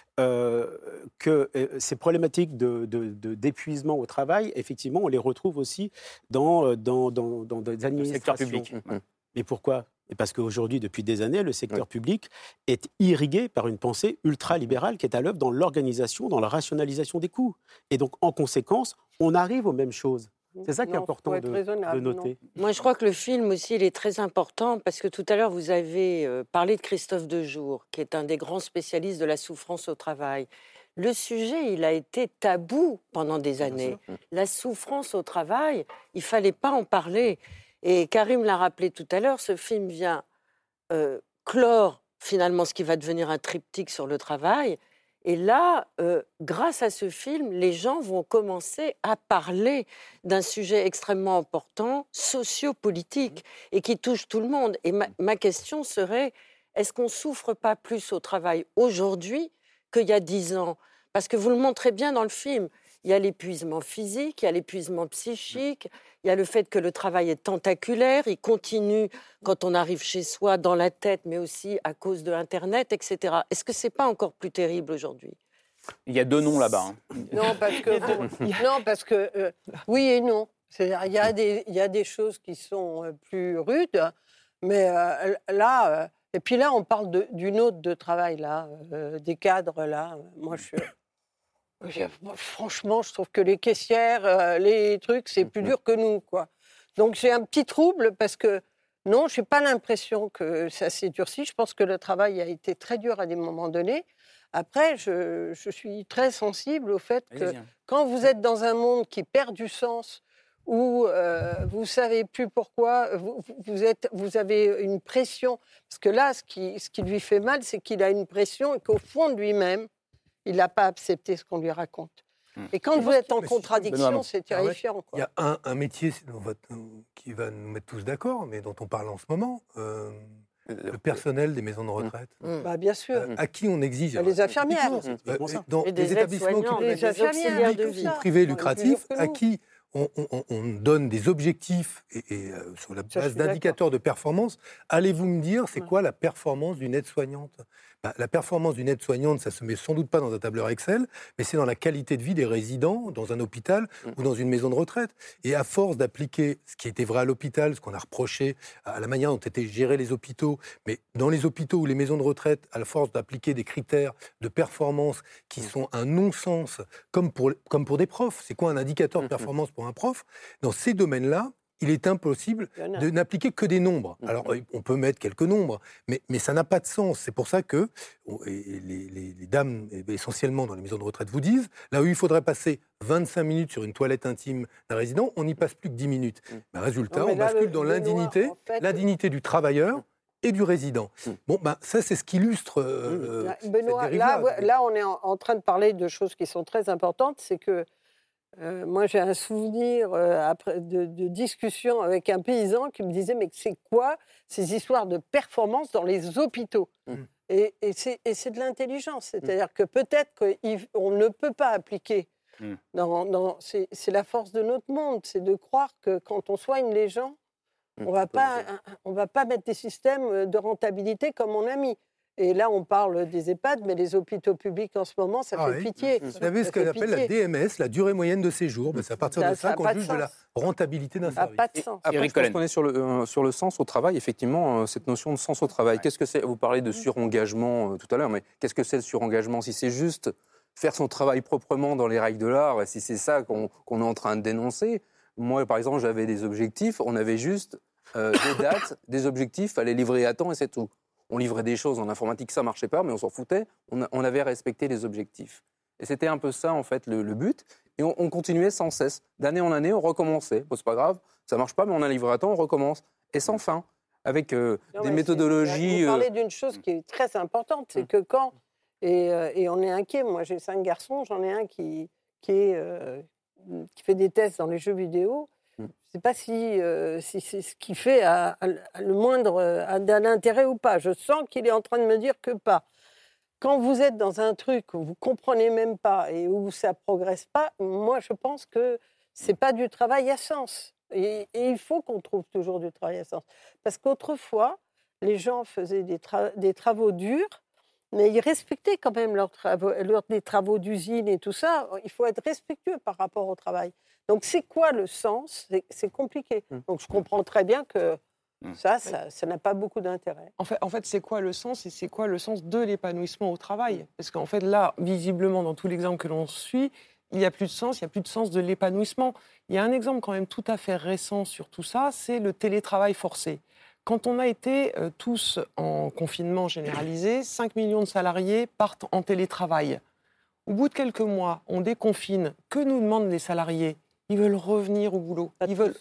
que ces problématiques d'épuisement au travail, effectivement, on les retrouve aussi dans des administrations. Le secteur public. Mais pourquoi ? Et parce qu'aujourd'hui, depuis des années, le secteur public est irrigué par une pensée ultralibérale qui est à l'œuvre dans l'organisation, dans la rationalisation des coûts. Et donc, en conséquence, on arrive aux mêmes choses. C'est ça qui est important de noter. Moi, je crois que le film aussi, il est très important parce que tout à l'heure, vous avez parlé de Christophe Dejour, qui est un des grands spécialistes de la souffrance au travail. Le sujet, il a été tabou pendant des années. La souffrance au travail, il ne fallait pas en parler. Et Karim l'a rappelé tout à l'heure, ce film vient clore finalement ce qui va devenir un triptyque sur le travail. Et là, grâce à ce film, les gens vont commencer à parler d'un sujet extrêmement important, sociopolitique, et qui touche tout le monde. Et ma question serait, est-ce qu'on ne souffre pas plus au travail aujourd'hui qu'il y a 10 ans ? Parce que vous le montrez bien dans le film. Il y a l'épuisement physique, il y a l'épuisement psychique, il y a le fait que le travail est tentaculaire, il continue quand on arrive chez soi dans la tête, mais aussi à cause de Internet, etc. Est-ce que ce n'est pas encore plus terrible aujourd'hui ? Il y a 2 noms là-bas. Non, parce que oui et non. C'est-à-dire, il y a des choses qui sont plus rudes, mais là... et puis là, on parle d'une autre de travail, là, des cadres, là. Moi, franchement, je trouve que les caissières, les trucs, c'est plus dur que nous, quoi. Donc j'ai un petit trouble parce que, non, je n'ai pas l'impression que ça s'est durci. Je pense que le travail a été très dur à des moments donnés. Après, je suis très sensible au fait que quand vous êtes dans un monde qui perd du sens, où vous ne savez plus pourquoi, vous avez une pression. Parce que là, ce qui lui fait mal, c'est qu'il a une pression et qu'au fond de lui-même, il n'a pas accepté ce qu'on lui raconte. Et quand vous êtes en contradiction, c'est terrifiant. Il y a un métier qui va nous mettre tous d'accord, mais dont on parle en ce moment, le personnel des maisons de retraite. Bah, bien sûr. À qui on exige... Les infirmières. Dans des établissements privés lucratifs, à qui on donne des objectifs et sur la base d'indicateurs de performance. Allez-vous me dire, c'est quoi la performance d'une aide-soignante ? La performance d'une aide-soignante, ça se met sans doute pas dans un tableur Excel, mais c'est dans la qualité de vie des résidents, dans un hôpital ou dans une maison de retraite. Et à force d'appliquer ce qui était vrai à l'hôpital, ce qu'on a reproché à la manière dont étaient gérés les hôpitaux, mais dans les hôpitaux ou les maisons de retraite, à la force d'appliquer des critères de performance qui sont un non-sens, comme pour des profs. C'est quoi un indicateur de performance pour un prof ? Dans ces domaines-là, il est impossible de n'appliquer que des nombres. Alors, on peut mettre quelques nombres, mais ça n'a pas de sens. C'est pour ça que les dames, essentiellement dans les maisons de retraite, vous disent, là où il faudrait passer 25 minutes sur une toilette intime d'un résident, on n'y passe plus que 10 minutes. Résultat, on bascule dans l'indignité du travailleur et du résident. Bon, ça, c'est ce qui illustre Benoît, là, on est en train de parler de choses qui sont très importantes. C'est que moi, j'ai un souvenir de discussion avec un paysan qui me disait « Mais c'est quoi ces histoires de performance dans les hôpitaux ?» Et c'est de l'intelligence. C'est-à-dire que peut-être qu'on ne peut pas appliquer. C'est la force de notre monde. C'est de croire que quand on soigne les gens, on ne va pas mettre des systèmes de rentabilité comme on a mis. Et là, on parle des EHPAD, mais les hôpitaux publics en ce moment, ça fait pitié. Vous savez ce qu'on appelle la DMS, la durée moyenne de séjour. C'est à partir de ça qu'on juge de la rentabilité d'un service. Ça n'a pas de sens. Après, je pense qu'on est sur le sens au travail, effectivement, cette notion de sens au travail. Qu'est-ce que c'est ? Vous parlez de surengagement tout à l'heure, mais qu'est-ce que c'est le surengagement ? Si c'est juste faire son travail proprement dans les règles de l'art, si c'est ça qu'on est en train de dénoncer, moi, par exemple, j'avais des objectifs, on avait juste des dates, des objectifs, fallait livrer à temps et c'est tout. On livrait des choses en informatique, ça marchait pas, mais on s'en foutait. On avait respecté les objectifs. Et c'était un peu ça, en fait, le but. Et on continuait sans cesse. D'année en année, on recommençait. Bon, c'est pas grave, ça marche pas, mais on a livré à temps, on recommence. Et sans fin. Avec des méthodologies... Vous parlez d'une chose qui est très importante, c'est que quand... Et on est inquiet. Moi, j'ai 5 garçons, j'en ai un qui fait des tests dans les jeux vidéo. Je ne sais pas si c'est ce qui fait le moindre d'un intérêt ou pas. Je sens qu'il est en train de me dire que pas. Quand vous êtes dans un truc où vous ne comprenez même pas et où ça ne progresse pas, moi, je pense que ce n'est pas du travail à sens. Et il faut qu'on trouve toujours du travail à sens. Parce qu'autrefois, les gens faisaient des travaux durs, mais ils respectaient quand même des travaux d'usine et tout ça. Il faut être respectueux par rapport au travail. Donc, c'est quoi le sens ? C'est compliqué. Donc, je comprends très bien que ça n'a pas beaucoup d'intérêt. En fait, c'est quoi le sens ? Et c'est quoi le sens de l'épanouissement au travail ? Parce qu'en fait, là, visiblement, dans tout l'exemple que l'on suit, il n'y a plus de sens, il n'y a plus de sens de l'épanouissement. Il y a un exemple quand même tout à fait récent sur tout ça, c'est le télétravail forcé. Quand on a été tous en confinement généralisé, 5 millions de salariés partent en télétravail. Au bout de quelques mois, on déconfine. Que nous demandent les salariés ? Ils veulent revenir au boulot. Ils veulent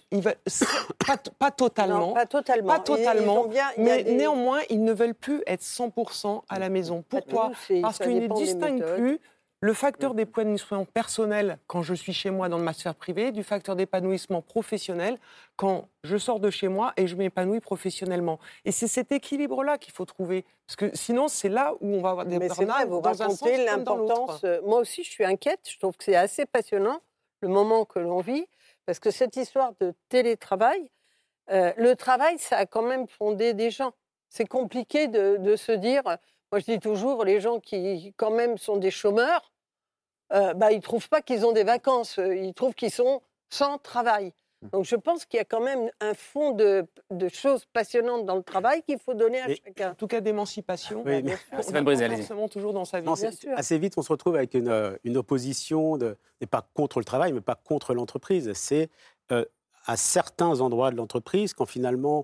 pas totalement. Non, pas totalement. Pas totalement. Mais néanmoins, ils ne veulent plus être 100% à la maison. Pourquoi ? Parce qu'ils ne distinguent plus le facteur d'épanouissement personnel quand je suis chez moi dans ma sphère privée, du facteur d'épanouissement professionnel quand je sors de chez moi et je m'épanouis professionnellement. Et c'est cet équilibre-là qu'il faut trouver. Parce que sinon, c'est là où on va avoir des burn-out dans un sens comme dans l'autre. Moi aussi, je suis inquiète. Je trouve que c'est assez passionnant, le moment que l'on vit. Parce que cette histoire de télétravail, le travail, ça a quand même fondé des gens. C'est compliqué de se dire... Moi, je dis toujours, les gens qui, quand même, sont des chômeurs, ils ne trouvent pas qu'ils ont des vacances. Ils trouvent qu'ils sont sans travail. Donc, je pense qu'il y a quand même un fond de choses passionnantes dans le travail qu'il faut donner à chacun. En tout cas, d'émancipation. Oui, bien sûr. Stéphane Brisé, allez-y. Forcément toujours dans sa vie. Non, assez vite, on se retrouve avec une opposition, et pas contre le travail, mais pas contre l'entreprise. C'est à certains endroits de l'entreprise, quand finalement...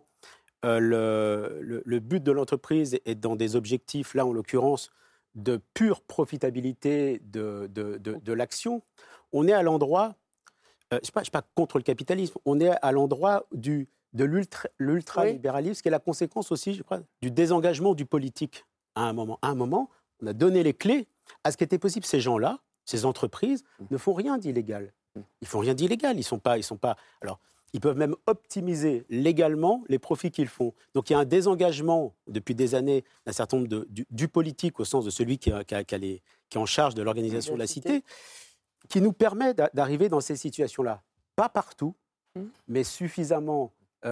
le but de l'entreprise est dans des objectifs, là en l'occurrence, de pure profitabilité de l'action. On est à l'endroit, je ne suis pas contre le capitalisme, on est à l'endroit de l'ultralibéralisme, qui est la conséquence aussi, je crois, du désengagement du politique à un moment. À un moment, on a donné les clés à ce qui était possible. Ces gens-là, ces entreprises, ne font rien d'illégal. Ils font rien d'illégal, ils sont pas. Alors, ils peuvent même optimiser légalement les profits qu'ils font. Donc il y a un désengagement depuis des années d'un certain nombre du politique, au sens de celui qui est en charge de l'organisation de la cité, qui nous permet d'arriver dans ces situations-là. Pas partout, mais suffisamment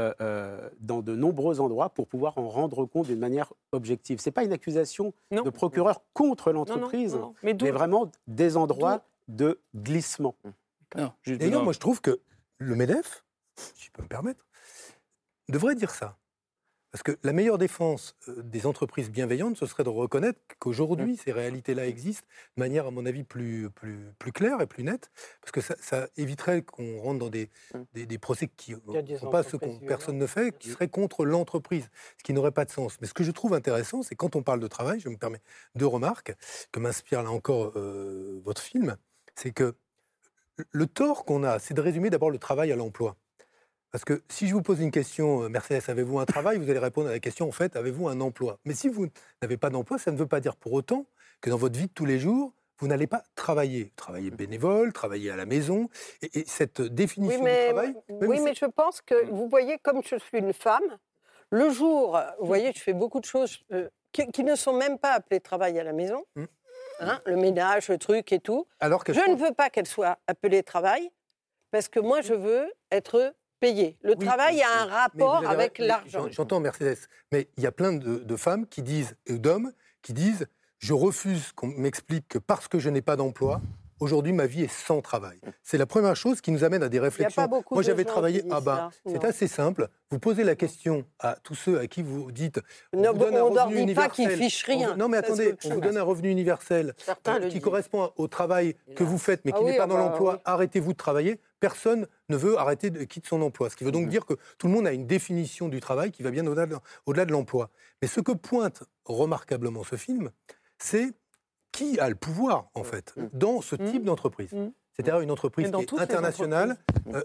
dans de nombreux endroits pour pouvoir en rendre compte d'une manière objective. Ce n'est pas une accusation de procureur contre l'entreprise, mais vraiment des endroits de glissement. D'ailleurs, moi je trouve que le MEDEF, si je peux me permettre, devrait dire ça. Parce que la meilleure défense des entreprises bienveillantes, ce serait de reconnaître qu'aujourd'hui, ces réalités-là existent de manière, à mon avis, plus claire et plus nette. Parce que ça éviterait qu'on rentre dans des procès qui ne sont pas ceux que personne ne fait, qui seraient contre l'entreprise, ce qui n'aurait pas de sens. Mais ce que je trouve intéressant, c'est quand on parle de travail, je me permets 2 remarques, que m'inspire là encore votre film, c'est que le tort qu'on a, c'est de résumer d'abord le travail à l'emploi. Parce que si je vous pose une question, Mercedes, avez-vous un travail ? Vous allez répondre à la question, en fait, avez-vous un emploi ? Mais si vous n'avez pas d'emploi, ça ne veut pas dire pour autant que dans votre vie de tous les jours, vous n'allez pas travailler. Travailler bénévole, travailler à la maison. Et cette définition du travail... mais je pense que, vous voyez, comme je suis une femme, le jour, vous voyez, je fais beaucoup de choses qui ne sont même pas appelées travail à la maison. Le ménage, le truc et tout. Alors que je ne veux pas qu'elles soient appelées travail, parce que moi, je veux être... payé. Le travail a un rapport avec l'argent. J'entends Mercedes, mais il y a plein de femmes qui disent, et d'hommes qui disent, je refuse qu'on m'explique que parce que je n'ai pas d'emploi, aujourd'hui ma vie est sans travail. C'est la première chose qui nous amène à des réflexions. Moi j'avais travaillé, c'est assez simple. Vous posez la question à tous ceux à qui vous dites, on vous donne un revenu universel. Pas qu'ils fichent rien. Non mais attendez, on vous donne un revenu universel qui correspond au travail que vous faites, mais qui n'est pas dans l'emploi. Arrêtez-vous de travailler. personne ne veut quitter son emploi. Ce qui veut donc dire que tout le monde a une définition du travail qui va bien au-delà de l'emploi. Mais ce que pointe remarquablement ce film, c'est qui a le pouvoir, en fait, dans ce type d'entreprise. C'est-à-dire une entreprise qui est internationale,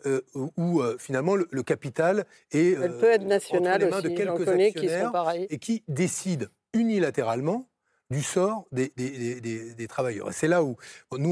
où finalement le capital est elle peut être nationale entre les mains de quelques actionnaires et qui décide unilatéralement du sort des travailleurs. Et c'est là où nous,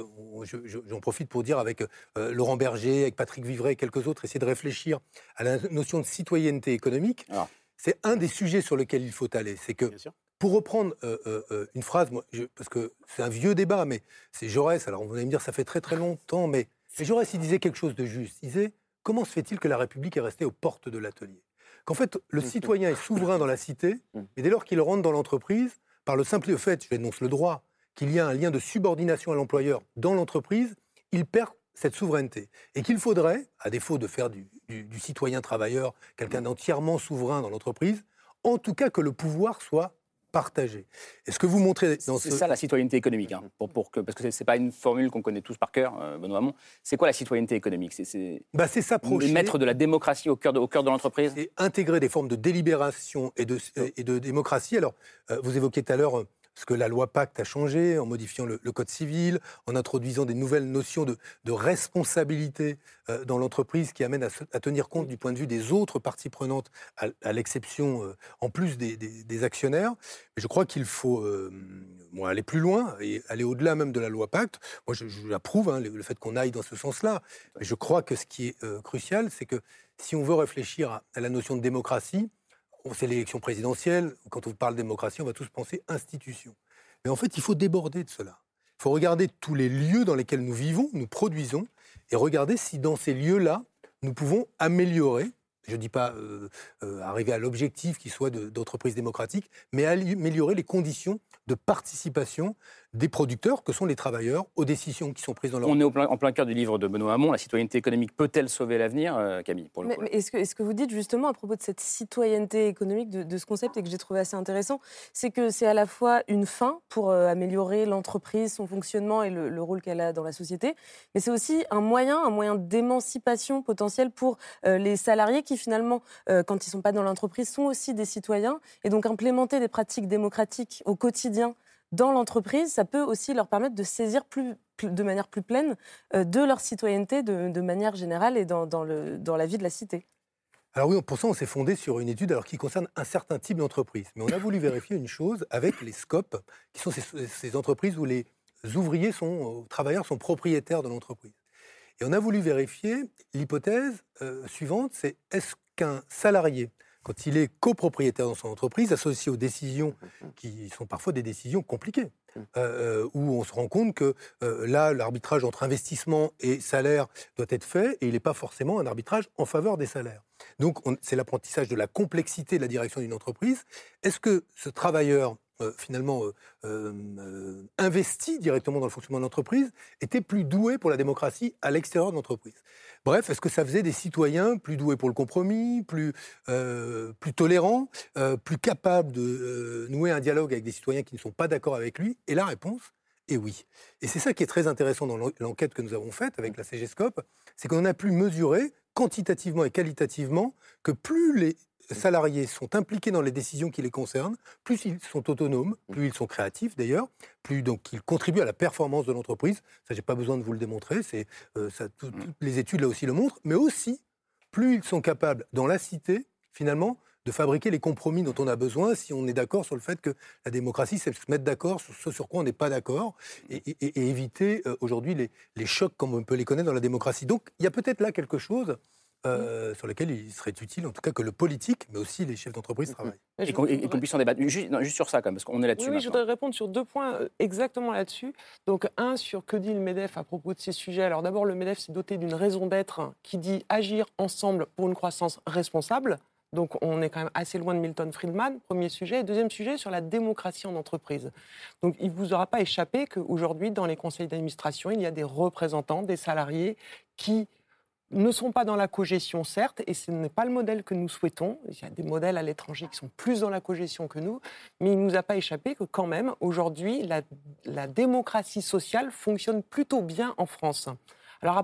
j'en profite pour dire avec Laurent Berger, avec Patrick Vivray et quelques autres, essayer de réfléchir à la notion de citoyenneté économique. Alors, c'est un des sujets sur lesquels il faut aller. C'est que, pour reprendre une phrase, parce que c'est un vieux débat, mais c'est Jaurès, alors vous allez me dire ça fait très très longtemps, mais Jaurès, il disait quelque chose de juste. Il disait, comment se fait-il que la République est restée aux portes de l'atelier ? Qu'en fait, le citoyen est souverain dans la cité, mais dès lors qu'il rentre dans l'entreprise, par le simple fait, je dénonce le droit, qu'il y a un lien de subordination à l'employeur dans l'entreprise, il perd cette souveraineté. Et qu'il faudrait, à défaut de faire du citoyen travailleur quelqu'un d'entièrement souverain dans l'entreprise, en tout cas que le pouvoir soit partagé. Et ce que vous montrez dans c'est ça la citoyenneté économique, hein, parce que c'est pas une formule qu'on connaît tous par cœur, Benoît Hamon. C'est quoi la citoyenneté économique ? C'est s'approcher, mettre de la démocratie au cœur de l'entreprise. C'est intégrer des formes de délibération et de démocratie. Alors, vous évoquiez tout à l'heure ce que la loi Pacte a changé en modifiant le code civil, en introduisant des nouvelles notions de responsabilité dans l'entreprise qui amènent à tenir compte du point de vue des autres parties prenantes, à l'exception, en plus des actionnaires. Mais je crois qu'il faut aller plus loin et aller au-delà même de la loi Pacte. Moi, j'approuve le fait qu'on aille dans ce sens-là. Mais je crois que ce qui est crucial, c'est que si on veut réfléchir à la notion de démocratie, c'est l'élection présidentielle. Quand on parle de démocratie, on va tous penser institution. Mais en fait, il faut déborder de cela. Il faut regarder tous les lieux dans lesquels nous vivons, nous produisons, et regarder si dans ces lieux-là, nous pouvons améliorer, je ne dis pas arriver à l'objectif qui soit d'entreprise démocratique, mais améliorer les conditions de participation des producteurs, que sont les travailleurs, aux décisions qui sont prises dans leur... On est en plein cœur du livre de Benoît Hamon. La citoyenneté économique peut-elle sauver l'avenir, Camille, pour le coup. Mais est-ce que vous dites justement à propos de cette citoyenneté économique, de ce concept, et que j'ai trouvé assez intéressant, c'est que c'est à la fois une fin pour améliorer l'entreprise, son fonctionnement et le rôle qu'elle a dans la société, mais c'est aussi un moyen d'émancipation potentielle pour les salariés qui finalement, quand ils ne sont pas dans l'entreprise, sont aussi des citoyens, et donc implémenter des pratiques démocratiques au quotidien dans l'entreprise, ça peut aussi leur permettre de saisir de manière plus pleine de leur citoyenneté de manière générale et dans la vie de la cité. Alors oui, pour ça, on s'est fondé sur une étude qui concerne un certain type d'entreprise. Mais on a voulu vérifier une chose avec les SCOP, qui sont ces entreprises où les travailleurs sont propriétaires de l'entreprise. Et on a voulu vérifier l'hypothèse suivante, c'est est-ce qu'un salarié, quand il est copropriétaire dans son entreprise, associé aux décisions qui sont parfois des décisions compliquées, où on se rend compte que là, l'arbitrage entre investissement et salaire doit être fait, et il n'est pas forcément un arbitrage en faveur des salaires. Donc, c'est l'apprentissage de la complexité de la direction d'une entreprise. Est-ce que ce travailleur, finalement, investi directement dans le fonctionnement de l'entreprise, était plus doué pour la démocratie à l'extérieur de l'entreprise ? Bref, est-ce que ça faisait des citoyens plus doués pour le compromis, plus tolérants, plus capables de nouer un dialogue avec des citoyens qui ne sont pas d'accord avec lui ? Et la réponse est oui. Et c'est ça qui est très intéressant dans l'enquête que nous avons faite avec la CGSCOP, c'est qu'on a pu mesurer quantitativement et qualitativement que plus les salariés sont impliqués dans les décisions qui les concernent, plus ils sont autonomes, plus ils sont créatifs d'ailleurs, plus donc ils contribuent à la performance de l'entreprise. Ça, j'ai pas besoin de vous le démontrer, toutes les études là aussi le montrent, mais aussi plus ils sont capables dans la cité finalement de fabriquer les compromis dont on a besoin si on est d'accord sur le fait que la démocratie, c'est se mettre d'accord sur ce sur quoi on n'est pas d'accord et éviter aujourd'hui les chocs comme on peut les connaître dans la démocratie. Donc il y a peut-être là quelque chose sur lequel il serait utile, en tout cas, que le politique, mais aussi les chefs d'entreprise travaillent. Et qu'on puisse en débattre. Juste sur ça, quand même, parce qu'on est là-dessus. Oui, je voudrais répondre sur 2 points exactement là-dessus. Donc, un, sur que dit le MEDEF à propos de ces sujets. Alors, d'abord, le MEDEF s'est doté d'une raison d'être qui dit agir ensemble pour une croissance responsable. Donc, on est quand même assez loin de Milton Friedman, premier sujet. Et deuxième sujet, sur la démocratie en entreprise. Donc, il ne vous aura pas échappé qu'aujourd'hui, dans les conseils d'administration, il y a des représentants, des salariés qui ne sont pas dans la cogestion, certes, et ce n'est pas le modèle que nous souhaitons. Il y a des modèles à l'étranger qui sont plus dans la cogestion que nous, mais il ne nous a pas échappé que quand même, aujourd'hui, la démocratie sociale fonctionne plutôt bien en France. Alors après,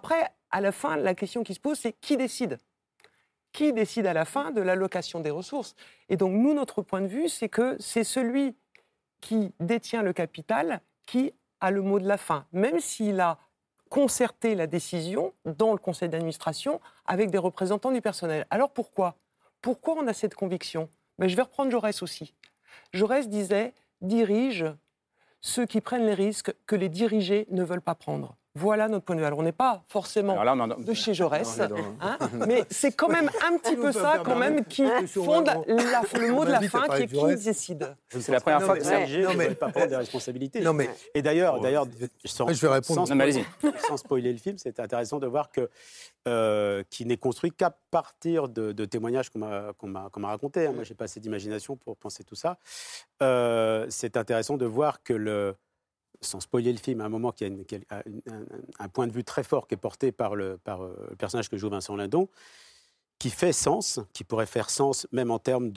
à la fin, la question qui se pose, c'est qui décide ? Qui décide à la fin de l'allocation des ressources ? Et donc, nous, notre point de vue, c'est que c'est celui qui détient le capital qui a le mot de la fin, même s'il a concerté la décision dans le conseil d'administration avec des représentants du personnel. Alors pourquoi ? Pourquoi on a cette conviction ? Je vais reprendre Jaurès aussi. Jaurès disait « dirige ceux qui prennent les risques que les dirigés ne veulent pas prendre ». Voilà notre point de vue. Alors, on n'est pas forcément de chez Jaurès, mais c'est quand même un petit peu ça quand même qui fonde le mot de la fin, qui est qui décide. C'est la première fois que Sergi ne veut pas prendre des responsabilités. Et d'ailleurs, sans spoiler le film, c'est intéressant de voir qu'il n'est construit qu'à partir de témoignages qu'on m'a racontés. Moi, je n'ai pas assez d'imagination pour penser tout ça. C'est intéressant de voir que sans spoiler le film, à un moment, qu'il y a un point de vue très fort qui est porté par le personnage que joue Vincent Lindon, qui fait sens, qui pourrait faire sens même en termes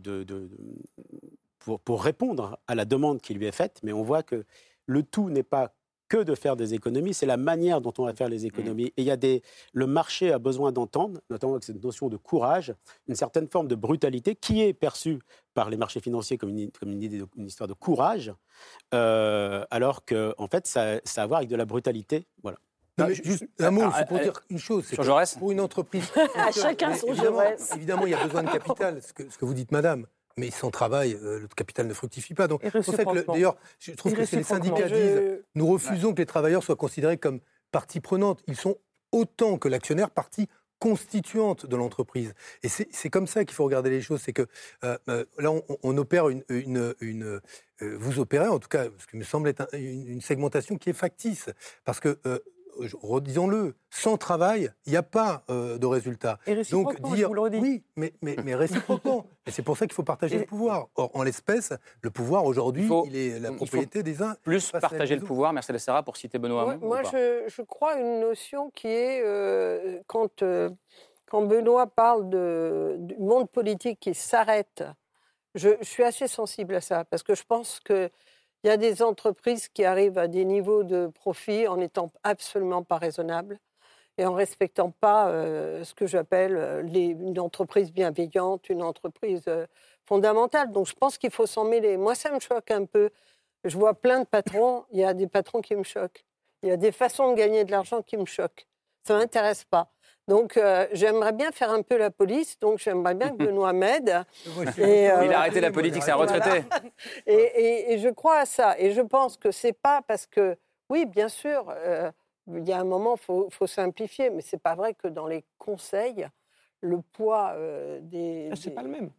pour répondre à la demande qui lui est faite, mais on voit que le tout n'est pas que de faire des économies, c'est la manière dont on va faire les économies. Et le marché a besoin d'entendre, notamment avec cette notion de courage, une certaine forme de brutalité qui est perçue par les marchés financiers comme une histoire de courage, alors que en fait, ça a à voir avec de la brutalité. Voilà. Non, mais juste un mot, c'est pour dire une chose. Sur Jaurès ? Pour une entreprise... À chacun son Jaurès. Évidemment, il y a besoin de capital, ce que vous dites, madame. Mais sans travail, le capital ne fructifie pas. Donc, c'est pour ça que, d'ailleurs, je trouve que les syndicats disent nous refusons que les travailleurs soient considérés comme partie prenante. Ils sont autant que l'actionnaire partie constituante de l'entreprise. Et c'est comme ça qu'il faut regarder les choses. C'est que là, on opère vous opérez, en tout cas, ce qui me semble être une segmentation qui est factice. Parce que redisons-le, sans travail, il n'y a pas de résultat. Et réciproquement, donc dire je vous le redis. Oui, mais réciproquement. Et c'est pour ça qu'il faut partager le pouvoir. Or, en l'espèce, le pouvoir aujourd'hui, il est la propriété des uns. Plus partager le pouvoir, Mercedes Serra, pour citer Benoît Hamon. Moi, je crois une notion qui est quand Benoît parle du monde politique qui s'arrête. Je suis assez sensible à ça parce que je pense que il y a des entreprises qui arrivent à des niveaux de profit en n'étant absolument pas raisonnables et en ne respectant pas ce que j'appelle une entreprise bienveillante, une entreprise fondamentale. Donc je pense qu'il faut s'en mêler. Moi, ça me choque un peu. Je vois plein de patrons, il y a des patrons qui me choquent. Il y a des façons de gagner de l'argent qui me choquent. Ça ne m'intéresse pas. Donc, j'aimerais bien faire un peu la police, donc j'aimerais bien que Benoît m'aide. Il a arrêté la politique, c'est un retraité. Voilà. Et je crois à ça. Et je pense que c'est pas parce que, oui, bien sûr, il y a un moment, il faut simplifier, mais c'est pas vrai que dans les conseils, le poids c'est pas le même.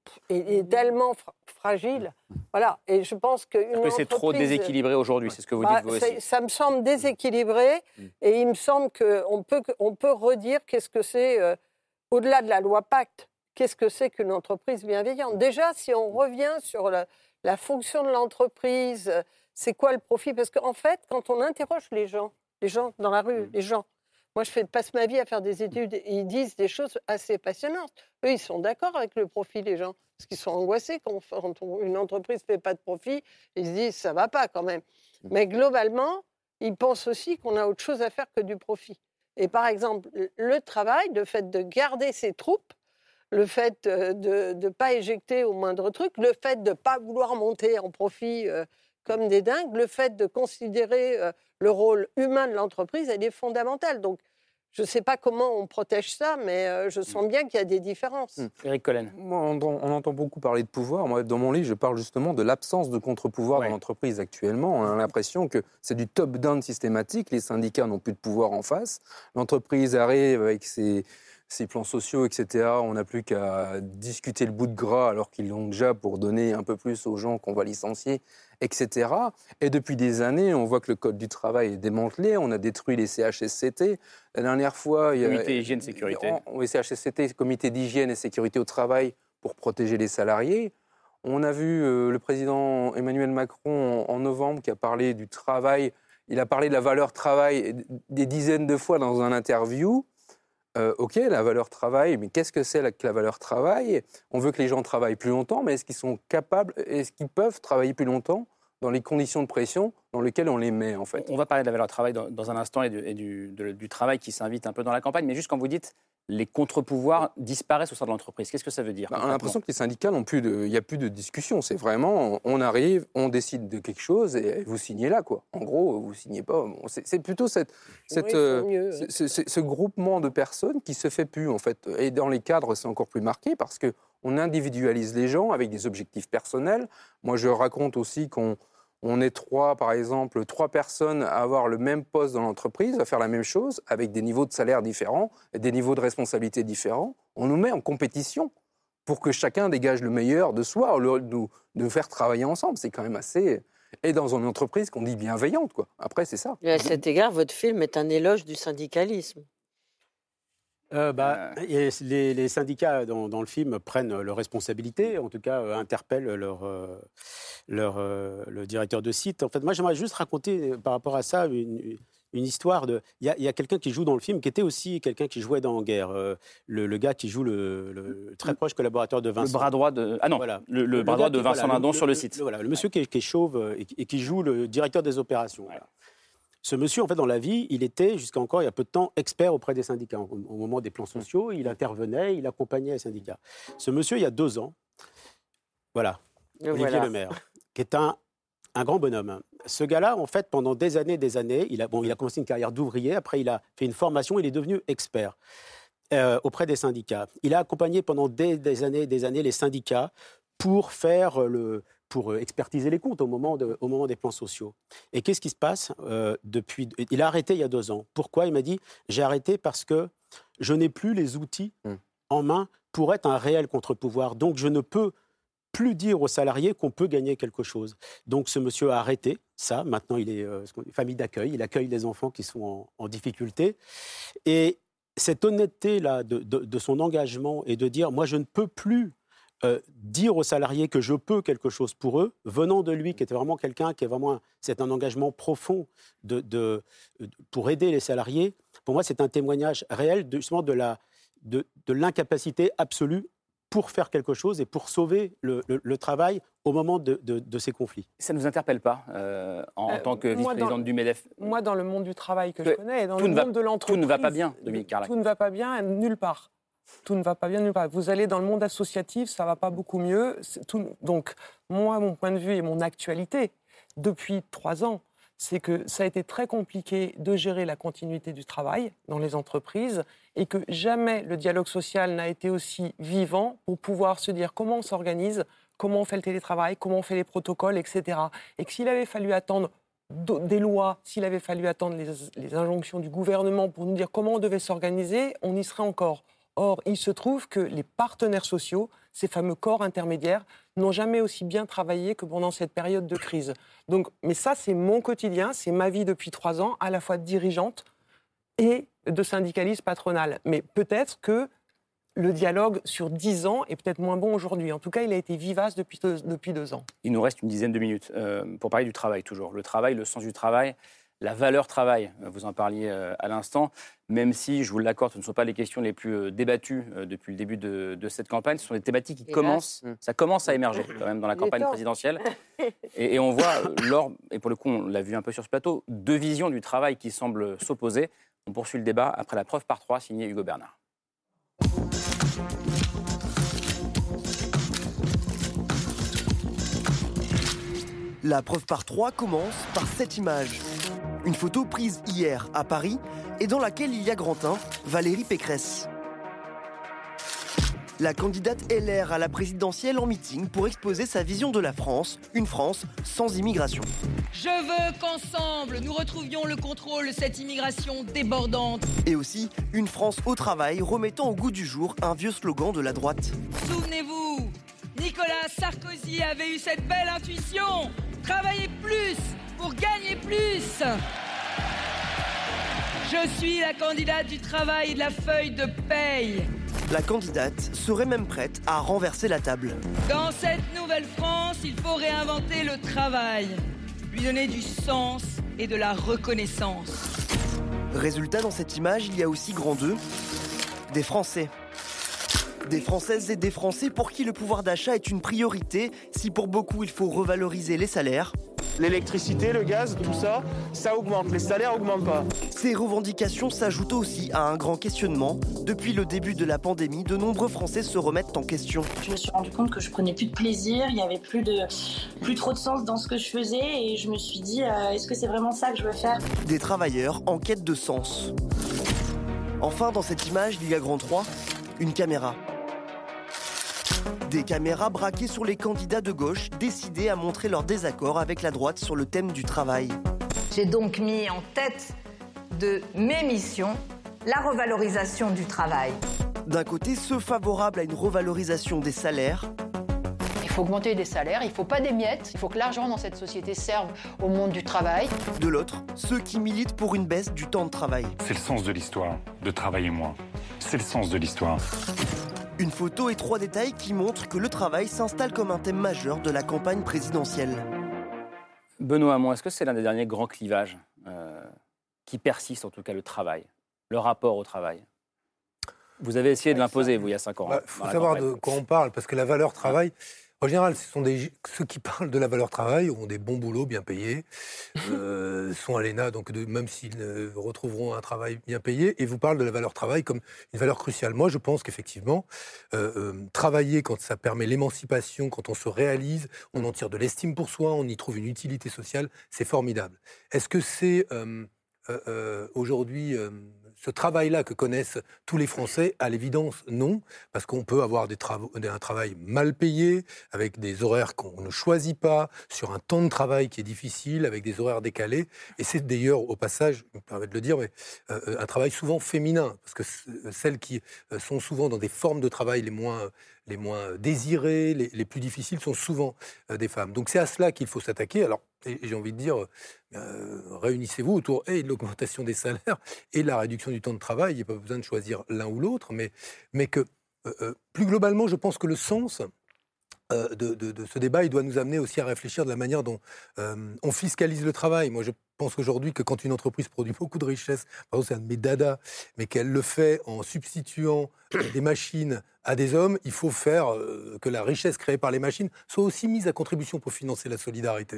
Est tellement fragile. Voilà. Et je pense que c'est trop déséquilibré aujourd'hui, c'est ce que vous dites vous aussi. Ça me semble déséquilibré et il me semble qu'on peut redire qu'est-ce que c'est, au-delà de la loi Pacte, qu'est-ce que c'est qu'une entreprise bienveillante. Déjà, si on revient sur la fonction de l'entreprise, c'est quoi le profit ? Parce qu'en fait, quand on interroge les gens dans la rue, moi, je passe ma vie à faire des études et ils disent des choses assez passionnantes. Eux, ils sont d'accord avec le profit des gens parce qu'ils sont angoissés quand une entreprise ne fait pas de profit. Ils se disent, ça ne va pas quand même. Mais globalement, ils pensent aussi qu'on a autre chose à faire que du profit. Et par exemple, le travail, le fait de garder ses troupes, le fait de ne pas éjecter au moindre truc, le fait de ne pas vouloir monter en profit comme des dingues, le fait de considérer le rôle humain de l'entreprise, elle est fondamentale. Donc, je ne sais pas comment on protège ça, mais je sens bien qu'il y a des différences. Éric Collen. Moi, on entend beaucoup parler de pouvoir. Moi, dans mon livre, je parle justement de l'absence de contre-pouvoir dans l'entreprise actuellement. On a l'impression que c'est du top-down systématique. Les syndicats n'ont plus de pouvoir en face. L'entreprise arrive avec ses plans sociaux, etc. On n'a plus qu'à discuter le bout de gras alors qu'ils l'ont déjà pour donner un peu plus aux gens qu'on va licencier, etc. Et depuis des années, on voit que le Code du travail est démantelé. On a détruit les CHSCT. La dernière fois... Comité hygiène sécurité. Oui, CHSCT, Comité d'hygiène et sécurité au travail pour protéger les salariés. On a vu le président Emmanuel Macron en novembre qui a parlé du travail. Il a parlé de la valeur travail des dizaines de fois dans un interview. Ok, la valeur travail, mais qu'est-ce que c'est que la valeur travail ? On veut que les gens travaillent plus longtemps, mais est-ce qu'ils sont capables, est-ce qu'ils peuvent travailler plus longtemps dans les conditions de pression dans lesquelles on les met, en fait. On va parler de la valeur travail dans un instant et du travail qui s'invite un peu dans la campagne, mais juste quand vous dites les contre-pouvoirs disparaissent au sein de l'entreprise, qu'est-ce que ça veut dire? On a l'impression que les syndicats il n'y a plus de discussion. C'est vraiment, on arrive, on décide de quelque chose et vous signez là, quoi. En gros, vous signez pas. C'est plutôt ce groupement de personnes qui se fait plus, en fait. Et dans les cadres, c'est encore plus marqué parce qu'on individualise les gens avec des objectifs personnels. Moi, je raconte aussi qu'on est trois personnes à avoir le même poste dans l'entreprise, à faire la même chose, avec des niveaux de salaire différents, et des niveaux de responsabilité différents. On nous met en compétition pour que chacun dégage le meilleur de soi, au lieu de nous faire travailler ensemble. C'est quand même assez... Et dans une entreprise qu'on dit bienveillante, quoi. Après, c'est ça. Et à cet égard, votre film est un éloge du syndicalisme. Les syndicats dans le film prennent leurs responsabilités, en tout cas interpellent le directeur de site. En fait, moi, j'aimerais juste raconter par rapport à ça une histoire de... Il y a quelqu'un qui joue dans le film qui était aussi quelqu'un qui jouait dans Guerre. Le gars qui joue le très proche collaborateur de Vincent. Le bras droit de... Ah non, voilà. le bras droit de Vincent Lindon sur le site. Le monsieur qui est chauve et qui joue le directeur des opérations. Ouais. Voilà. Ce monsieur, en fait, dans la vie, il était, jusqu'à encore il y a peu de temps, expert auprès des syndicats. Au moment des plans sociaux, il intervenait, il accompagnait les syndicats. Ce monsieur, il y a 2 ans, Olivier Lemaire, qui est un grand bonhomme. Ce gars-là, en fait, pendant des années, il a commencé une carrière d'ouvrier, après il a fait une formation, il est devenu expert auprès des syndicats. Il a accompagné pendant des années les syndicats pour expertiser les comptes au moment des plans sociaux. Et qu'est-ce qui se passe il a arrêté il y a 2 ans. Pourquoi? Il m'a dit, j'ai arrêté parce que je n'ai plus les outils en main pour être un réel contre-pouvoir. Donc, je ne peux plus dire aux salariés qu'on peut gagner quelque chose. Donc, ce monsieur a arrêté ça. Maintenant, il est famille d'accueil. Il accueille les enfants qui sont en difficulté. Et cette honnêteté-là de son engagement et de dire, moi, je ne peux plus dire aux salariés que je peux quelque chose pour eux, venant de lui, qui était vraiment quelqu'un qui est vraiment... C'est un engagement profond pour aider les salariés. Pour moi, c'est un témoignage réel justement de l'incapacité absolue pour faire quelque chose et pour sauver le travail au moment de ces conflits. Ça ne vous interpelle pas en tant que vice-présidente du MEDEF? Moi, dans le monde du travail que je connais, et dans le monde de l'entreprise... Tout ne va pas bien, Dominique Carlac. Tout ne va pas bien nulle part. Tout ne va pas bien nulle part. Vous allez dans le monde associatif, ça ne va pas beaucoup mieux. Donc, moi, mon point de vue et mon actualité, depuis 3 ans, c'est que ça a été très compliqué de gérer la continuité du travail dans les entreprises et que jamais le dialogue social n'a été aussi vivant pour pouvoir se dire comment on s'organise, comment on fait le télétravail, comment on fait les protocoles, etc. Et que s'il avait fallu attendre des lois, s'il avait fallu attendre les injonctions du gouvernement pour nous dire comment on devait s'organiser, on y serait encore. Or, il se trouve que les partenaires sociaux, ces fameux corps intermédiaires, n'ont jamais aussi bien travaillé que pendant cette période de crise. Donc, mais ça, c'est mon quotidien, c'est ma vie depuis 3 ans, à la fois de dirigeante et de syndicaliste patronal. Mais peut-être que le dialogue sur 10 ans est peut-être moins bon aujourd'hui. En tout cas, il a été vivace depuis 2 ans. Il nous reste une dizaine de minutes pour parler du travail, toujours. Le travail, le sens du travail, la valeur travail, vous en parliez à l'instant, même si, je vous l'accorde, ce ne sont pas les questions les plus débattues depuis le début de cette campagne. Ce sont des thématiques qui commencent à émerger quand même dans la campagne présidentielle. Et on voit, et pour le coup, on l'a vu un peu sur ce plateau, 2 visions du travail qui semblent s'opposer. On poursuit le débat après la preuve par 3, signée Hugo Bernard. La preuve par 3 commence par cette image. Une photo prise hier à Paris et dans laquelle il y a grand 1, Valérie Pécresse. La candidate LR à la présidentielle en meeting pour exposer sa vision de la France, une France sans immigration. Je veux qu'ensemble, nous retrouvions le contrôle de cette immigration débordante. Et aussi, une France au travail remettant au goût du jour un vieux slogan de la droite. Souvenez-vous, Nicolas Sarkozy avait eu cette belle intuition. Travailler plus pour gagner plus. Je suis la candidate du travail et de la feuille de paye. La candidate serait même prête à renverser la table. Dans cette nouvelle France, il faut réinventer le travail, lui donner du sens et de la reconnaissance. Résultat, dans cette image, il y a aussi grand 2, des Français. Des Françaises et des Français pour qui le pouvoir d'achat est une priorité. Si pour beaucoup, il faut revaloriser les salaires, L'électricité, le gaz, tout ça, ça augmente. Les salaires n'augmentent pas. Ces revendications s'ajoutent aussi à un grand questionnement. Depuis le début de la pandémie, de nombreux Français se remettent en question. Je me suis rendu compte que je prenais plus de plaisir, il n'y avait plus trop de sens dans ce que je faisais et je me suis dit, est-ce que c'est vraiment ça que je veux faire ? Des travailleurs en quête de sens. Enfin, dans cette image d'il y a grand 3, une caméra. Des caméras braquées sur les candidats de gauche, décidés à montrer leur désaccord avec la droite sur le thème du travail. J'ai donc mis en tête de mes missions la revalorisation du travail. D'un côté, ceux favorables à une revalorisation des salaires. Il faut augmenter les salaires, il ne faut pas des miettes, il faut que l'argent dans cette société serve au monde du travail. De l'autre, ceux qui militent pour une baisse du temps de travail. C'est le sens de l'histoire, de travailler moins. C'est le sens de l'histoire. Une photo et 3 détails qui montrent que le travail s'installe comme un thème majeur de la campagne présidentielle. Benoît Hamon, est-ce que c'est l'un des derniers grands clivages qui persiste, en tout cas le travail, le rapport au travail ? Vous avez essayé de l'imposer, vous, il y a 5 ans. Il faut savoir de quoi on parle, parce que la valeur travail, en général, ceux qui parlent de la valeur travail ont des bons boulots bien payés, sont à l'ENA, donc même s'ils retrouveront un travail bien payé, et vous parlent de la valeur travail comme une valeur cruciale. Moi, je pense qu'effectivement, travailler quand ça permet l'émancipation, quand on se réalise, on en tire de l'estime pour soi, on y trouve une utilité sociale, c'est formidable. Est-ce que c'est aujourd'hui ce travail-là que connaissent tous les Français? À l'évidence, non, parce qu'on peut avoir un travail mal payé, avec des horaires qu'on ne choisit pas, sur un temps de travail qui est difficile, avec des horaires décalés. Et c'est d'ailleurs, au passage, je me permets de le dire, mais un travail souvent féminin, parce que celles qui sont souvent dans des formes de travail les moins désirées, les plus difficiles, sont souvent des femmes. Donc c'est à cela qu'il faut s'attaquer. Alors, et j'ai envie de dire, réunissez-vous autour de l'augmentation des salaires et de la réduction du temps de travail. Il n'y a pas besoin de choisir l'un ou l'autre, mais que plus globalement, je pense que le sens de ce débat, il doit nous amener aussi à réfléchir de la manière dont on fiscalise le travail. Moi, je pense qu'aujourd'hui, que quand une entreprise produit beaucoup de richesses, par exemple, c'est un de mes dadas, mais qu'elle le fait en substituant des machines à des hommes, il faut faire que la richesse créée par les machines soit aussi mise à contribution pour financer la solidarité.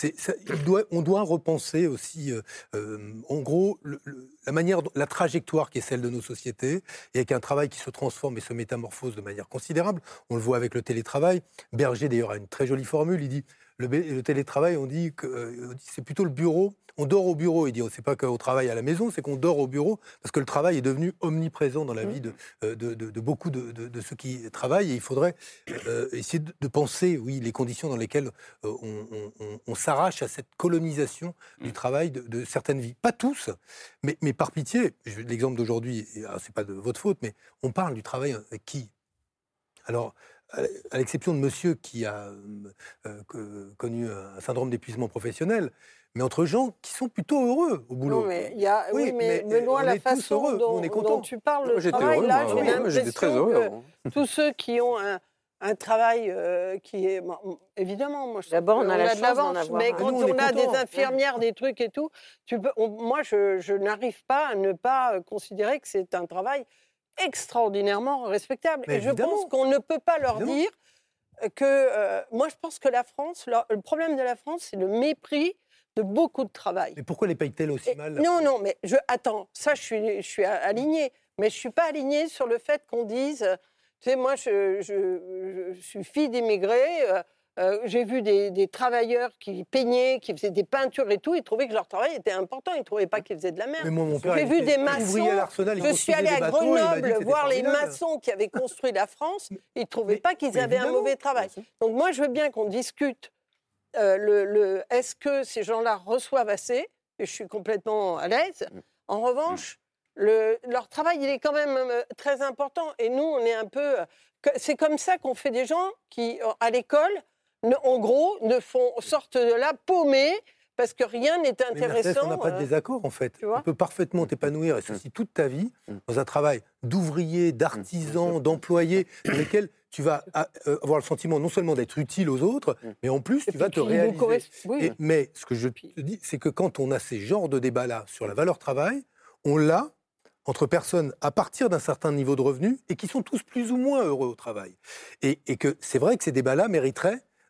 On doit repenser aussi, en gros, la trajectoire qui est celle de nos sociétés, et avec un travail qui se transforme et se métamorphose de manière considérable. On le voit avec le télétravail. Berger, d'ailleurs, a une très jolie formule. Il dit le télétravail, on dit que c'est plutôt le bureau. On dort au bureau. Il dit, c'est pas qu'au travail à la maison, c'est qu'on dort au bureau parce que le travail est devenu omniprésent dans la vie de beaucoup de ceux qui travaillent. Et il faudrait essayer de penser, oui, les conditions dans lesquelles on s'arrache à cette colonisation du travail de certaines vies. Pas tous, mais par pitié. L'exemple d'aujourd'hui, c'est pas de votre faute, mais on parle du travail avec qui ? Alors, à l'exception de monsieur qui a connu un syndrome d'épuisement professionnel, mais entre gens qui sont plutôt heureux au boulot. Non, mais mais Benoît, la façon dont tu parles de travail, heureux, là, j'ai l'impression très heureux, que tous ceux qui ont un travail qui est... évidemment, moi, d'abord, on a la chance d'en avoir. Mais quand on a des infirmières, des trucs et tout, moi, je n'arrive pas à ne pas considérer que c'est un travail extraordinairement respectable. Et je pense qu'on ne peut pas leur dire que... moi, je pense que la France, le problème de la France, c'est le mépris de beaucoup de travail. Mais pourquoi les paye-t-elle aussi mal? Non, mais attends, ça, je suis alignée. Mais je ne suis pas alignée sur le fait qu'on dise... Tu sais, moi, je suis fille d'immigrés. J'ai vu des travailleurs qui peignaient, qui faisaient des peintures et tout. Ils trouvaient que leur travail était important. Ils ne trouvaient pas qu'ils faisaient de la merde. J'ai vu des maçons. Je suis allée à Grenoble voir les maçons qui avaient construit la France. Ils ne trouvaient pas qu'ils avaient un mauvais travail. Donc moi, je veux bien qu'on discute est-ce que ces gens-là reçoivent assez? Et je suis complètement à l'aise. En revanche, leur travail, il est quand même très important. Et nous, on est un peu... C'est comme ça qu'on fait des gens qui, à l'école, en gros, sortent de là paumés parce que rien n'est intéressant. Mais on n'a pas de désaccord, en fait. Tu peux parfaitement t'épanouir, et ceci toute ta vie, dans un travail d'ouvrier, d'artisan, d'employé, dans lequel tu vas avoir le sentiment non seulement d'être utile aux autres, mais en plus, tu vas te réaliser. Mais ce que je te dis, c'est que quand on a ces genres de débats-là sur la valeur travail, on l'a entre personnes à partir d'un certain niveau de revenus et qui sont tous plus ou moins heureux au travail. Et que c'est vrai que ces débats-là mériteraient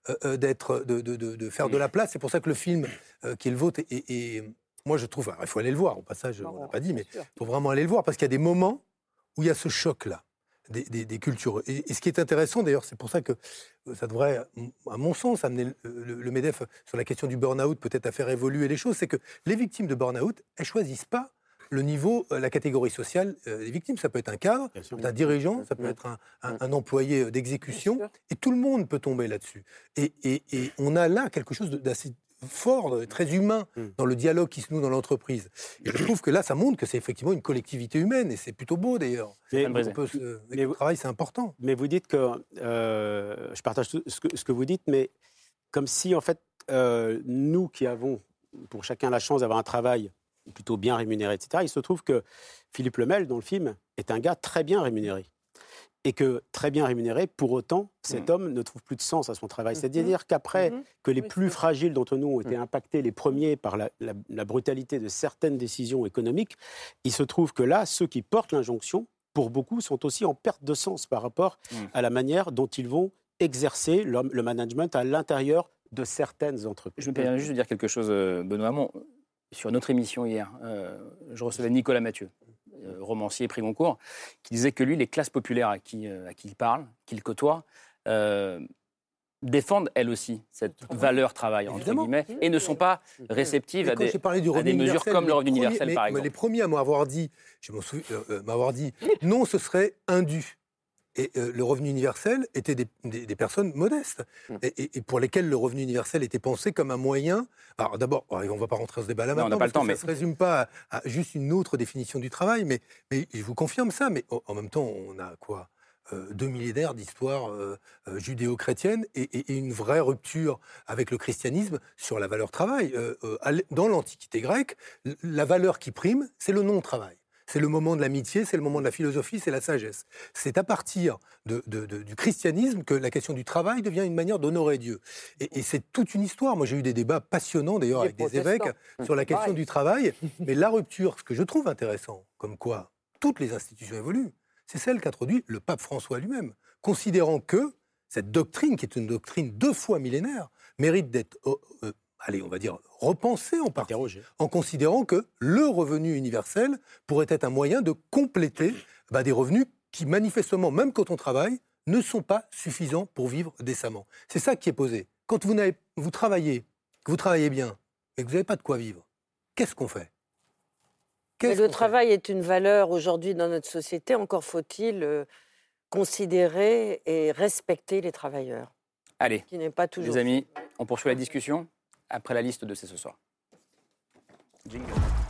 de faire de la place. C'est pour ça que le film qui est le vôtre, et moi je trouve, alors, il faut aller le voir, au passage, on n'a pas dit, mais il faut vraiment aller le voir, parce qu'il y a des moments où il y a ce choc-là, des cultures. Et ce qui est intéressant, d'ailleurs, c'est pour ça que ça devrait, à mon sens, amener le MEDEF sur la question du burn-out, peut-être à faire évoluer les choses, c'est que les victimes de burn-out, elles ne choisissent pas le niveau, la catégorie sociale des victimes. Ça peut être un cadre, ça peut être un dirigeant, ça peut être un employé d'exécution, et tout le monde peut tomber là-dessus. Et on a là quelque chose d'assez fort, très humain dans le dialogue qui se noue dans l'entreprise. Et je trouve que là, ça montre que c'est effectivement une collectivité humaine, et c'est plutôt beau d'ailleurs. Le travail, c'est important. Mais vous dites que, je partage tout ce que vous dites, mais comme si en fait, nous qui avons pour chacun la chance d'avoir un travail plutôt bien rémunéré, etc., il se trouve que Philippe Lemel, dans le film, est un gars très bien rémunéré. Et que, très bien rémunéré, pour autant, cet homme ne trouve plus de sens à son travail. C'est-à-dire qu'après que les plus fragiles d'entre nous ont été impactés les premiers par la brutalité de certaines décisions économiques, il se trouve que là, ceux qui portent l'injonction, pour beaucoup, sont aussi en perte de sens par rapport à la manière dont ils vont exercer le management à l'intérieur de certaines entreprises. Je me permets juste de dire quelque chose, Benoît Hamon. Sur notre émission hier, je recevais Nicolas Mathieu, romancier prix Goncourt, qui disait que lui, les classes populaires à qui il parle, qu'il côtoie, défendent elles aussi cette valeur travail, entre guillemets, et ne sont pas réceptives à des mesures comme le revenu universel, par exemple. Les premiers à m'avoir dit, non, ce serait indu. Et le revenu universel était des personnes modestes, et pour lesquelles le revenu universel était pensé comme un moyen. Alors d'abord, on ne va pas rentrer dans ce débat là maintenant, parce que ça ne se résume pas à juste une autre définition du travail, mais je vous confirme ça, mais en même temps, on a quoi 2 millénaires d'histoire judéo-chrétienne et une vraie rupture avec le christianisme sur la valeur travail. Dans l'Antiquité grecque, la valeur qui prime, c'est le non-travail. C'est le moment de l'amitié, c'est le moment de la philosophie, c'est la sagesse. C'est à partir du christianisme que la question du travail devient une manière d'honorer Dieu. Et c'est toute une histoire. Moi, j'ai eu des débats passionnants, d'ailleurs, avec des évêques sur la question du travail. Mais la rupture, ce que je trouve intéressant, comme quoi toutes les institutions évoluent, c'est celle qu'introduit le pape François lui-même, considérant que cette doctrine, qui est une doctrine 2 fois millénaire, mérite d'être... on va dire, repenser en partie, en considérant que le revenu universel pourrait être un moyen de compléter des revenus qui, manifestement, même quand on travaille, ne sont pas suffisants pour vivre décemment. C'est ça qui est posé. Quand vous travaillez, que vous travaillez bien, et que vous n'avez pas de quoi vivre, qu'est-ce qu'on fait ? Le travail est une valeur aujourd'hui dans notre société, encore faut-il considérer et respecter les travailleurs. Allez, qui n'est pas toujours les amis, on poursuit la discussion après la liste de C'est ce soir. Jingle.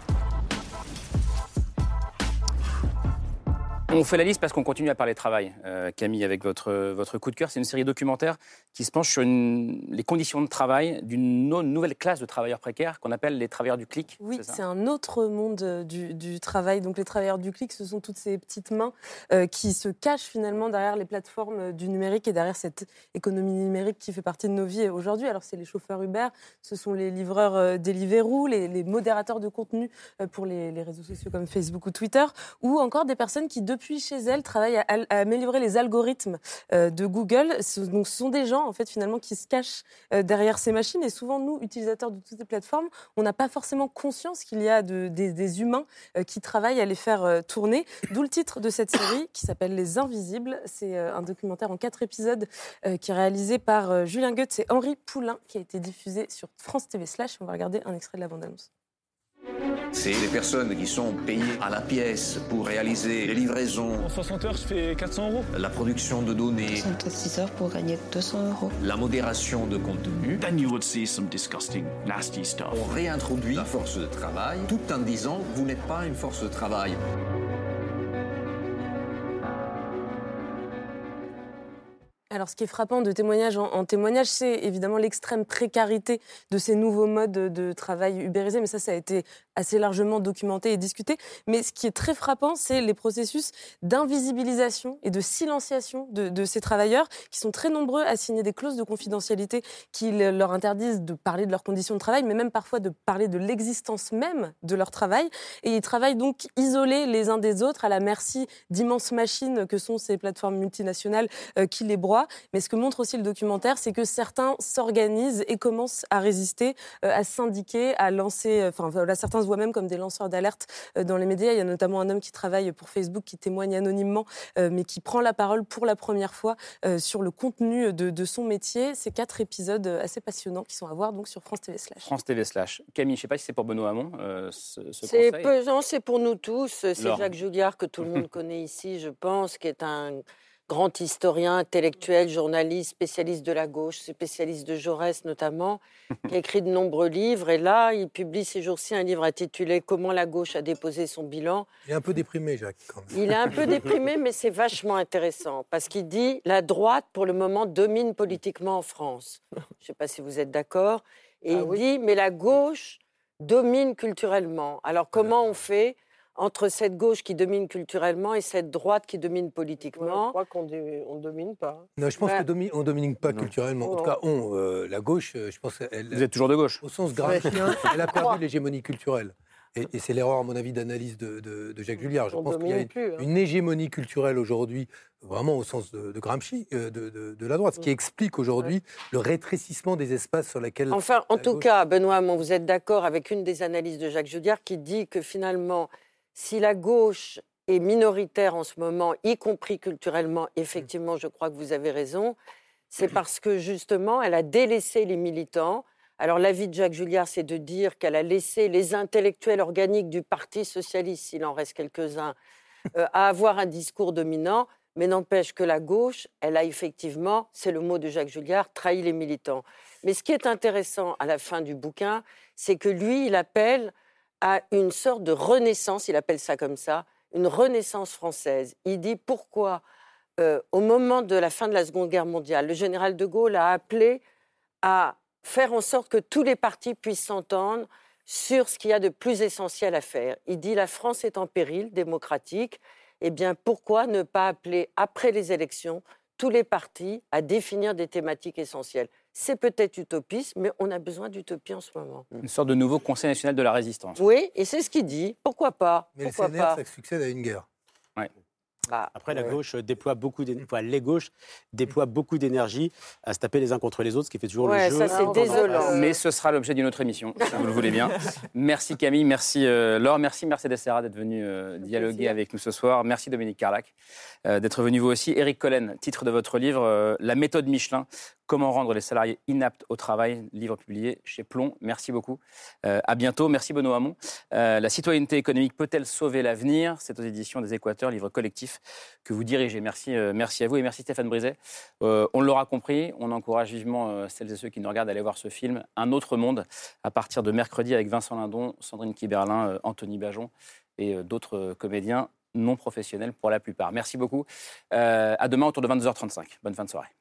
On fait la liste parce qu'on continue à parler travail, Camille, avec votre coup de cœur. C'est une série documentaire qui se penche sur les conditions de travail d'une nouvelle classe de travailleurs précaires qu'on appelle les travailleurs du clic. Oui, c'est un autre monde du travail. Donc les travailleurs du clic, ce sont toutes ces petites mains qui se cachent finalement derrière les plateformes du numérique et derrière cette économie numérique qui fait partie de nos vies aujourd'hui. Alors c'est les chauffeurs Uber, ce sont les livreurs Deliveroo, les modérateurs de contenu pour les réseaux sociaux comme Facebook ou Twitter, ou encore des personnes qui depuis chez elles travaillent à améliorer les algorithmes de Google. Donc ce sont des gens en fait finalement qui se cachent derrière ces machines, et souvent nous utilisateurs de toutes ces plateformes, on n'a pas forcément conscience qu'il y a des humains qui travaillent à les faire tourner. D'où le titre de cette série qui s'appelle Les Invisibles. C'est un documentaire en 4 épisodes qui est réalisé par Julien Goetz et Henri Poulain, qui a été diffusé sur France TV /. On va regarder un extrait de la bande-annonce. C'est les personnes qui sont payées à la pièce pour réaliser les livraisons. En 60 heures, je fais 400 €. La production de données. 66 heures pour gagner 200 €. La modération de contenu. Then you would see some disgusting, nasty stuff. On réintroduit la force de travail tout en disant que vous n'êtes pas une force de travail. Alors, ce qui est frappant de témoignage en témoignage, c'est évidemment l'extrême précarité de ces nouveaux modes de travail ubérisés. Mais ça a été assez largement documenté et discuté. Mais ce qui est très frappant, c'est les processus d'invisibilisation et de silenciation de ces travailleurs, qui sont très nombreux à signer des clauses de confidentialité qui leur interdisent de parler de leurs conditions de travail, mais même parfois de parler de l'existence même de leur travail. Et ils travaillent donc isolés les uns des autres, à la merci d'immenses machines que sont ces plateformes multinationales qui les broient. fois. Mais ce que montre aussi le documentaire, c'est que certains s'organisent et commencent à résister, à syndiquer, à lancer... certains se voient même comme des lanceurs d'alerte dans les médias. Il y a notamment un homme qui travaille pour Facebook, qui témoigne anonymement, mais qui prend la parole pour la première fois sur le contenu de son métier. C'est 4 épisodes assez passionnants qui sont à voir donc sur France TV/. France TV/. Camille, je ne sais pas si c'est pour Benoît Hamon, ce c'est conseil. pesant, c'est pour nous tous. C'est Jacques Julliard, que tout le monde connaît ici, je pense, qui est un grand historien, intellectuel, journaliste, spécialiste de la gauche, spécialiste de Jaurès notamment, qui a écrit de nombreux livres. Et là, il publie ces jours-ci un livre intitulé « Comment la gauche a déposé son bilan ». Il est un peu déprimé, Jacques, quand même. Il est un peu déprimé, mais c'est vachement intéressant, parce qu'il dit « La droite, pour le moment, domine politiquement en France ». Je ne sais pas si vous êtes d'accord. Et dit « Mais la gauche domine culturellement ». Alors, comment on fait entre cette gauche qui domine culturellement et cette droite qui domine politiquement? Je crois qu'on ne domine pas. Non, je pense qu'on ne domine pas culturellement. En tout cas, la gauche, je pense qu'elle... Vous êtes toujours de gauche. Au sens gramscien, elle a perdu l'hégémonie culturelle. Et c'est l'erreur, à mon avis, d'analyse de Jacques Julliard. Je pense qu'il y a une hégémonie culturelle aujourd'hui, vraiment au sens de Gramsci, de la droite, ce qui explique aujourd'hui le rétrécissement des espaces sur lesquels... Enfin, en tout cas, Benoît Hamon, vous êtes d'accord avec une des analyses de Jacques Julliard qui dit que finalement, si la gauche est minoritaire en ce moment, y compris culturellement, effectivement, je crois que vous avez raison, c'est parce que justement, elle a délaissé les militants. Alors, l'avis de Jacques Julliard, c'est de dire qu'elle a laissé les intellectuels organiques du Parti socialiste, s'il en reste quelques-uns, à avoir un discours dominant, mais n'empêche que la gauche, elle a effectivement, c'est le mot de Jacques Julliard, trahi les militants. Mais ce qui est intéressant à la fin du bouquin, c'est que lui, il appelle à une sorte de renaissance, il appelle ça comme ça, une renaissance française. Il dit pourquoi, au moment de la fin de la Seconde Guerre mondiale, le général de Gaulle a appelé à faire en sorte que tous les partis puissent s'entendre sur ce qu'il y a de plus essentiel à faire. Il dit la France est en péril démocratique, eh bien pourquoi ne pas appeler après les élections tous les partis à définir des thématiques essentielles? C'est peut-être utopiste, mais on a besoin d'utopie en ce moment. Une sorte de nouveau Conseil national de la résistance. Oui, et c'est ce qu'il dit. Pourquoi pas? Mais le CNR, ça succède à une guerre. Ouais. Après, la gauche déploie beaucoup d'énergie, les gauches déploient beaucoup d'énergie à se taper les uns contre les autres, ce qui fait toujours le jeu. Ça, c'est désolant. Mais ce sera l'objet d'une autre émission, si vous le voulez bien. Merci Camille, merci Laure, merci Mercedes Serra d'être venue dialoguer avec nous ce soir. Merci Dominique Carlac d'être venu vous aussi. Éric Collen, titre de votre livre, La méthode Michelin, comment rendre les salariés inaptes au travail, livre publié chez Plomb. Merci beaucoup. À bientôt. Merci Benoît Hamon. La citoyenneté économique peut-elle sauver l'avenir? C'est aux éditions des Équateurs, livre collectif que vous dirigez. Merci à vous et merci Stéphane Brisé. On l'aura compris, on encourage vivement celles et ceux qui nous regardent à aller voir ce film, Un autre monde, à partir de mercredi avec Vincent Lindon, Sandrine Kiberlin, Anthony Bajon et d'autres comédiens non professionnels pour la plupart. Merci beaucoup. À demain autour de 22h35. Bonne fin de soirée.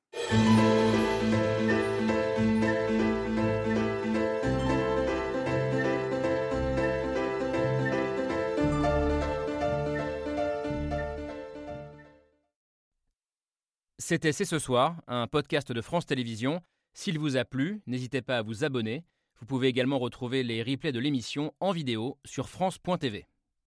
C'était C'est ce soir, un podcast de France Télévisions. S'il vous a plu, n'hésitez pas à vous abonner. Vous pouvez également retrouver les replays de l'émission en vidéo sur France.tv.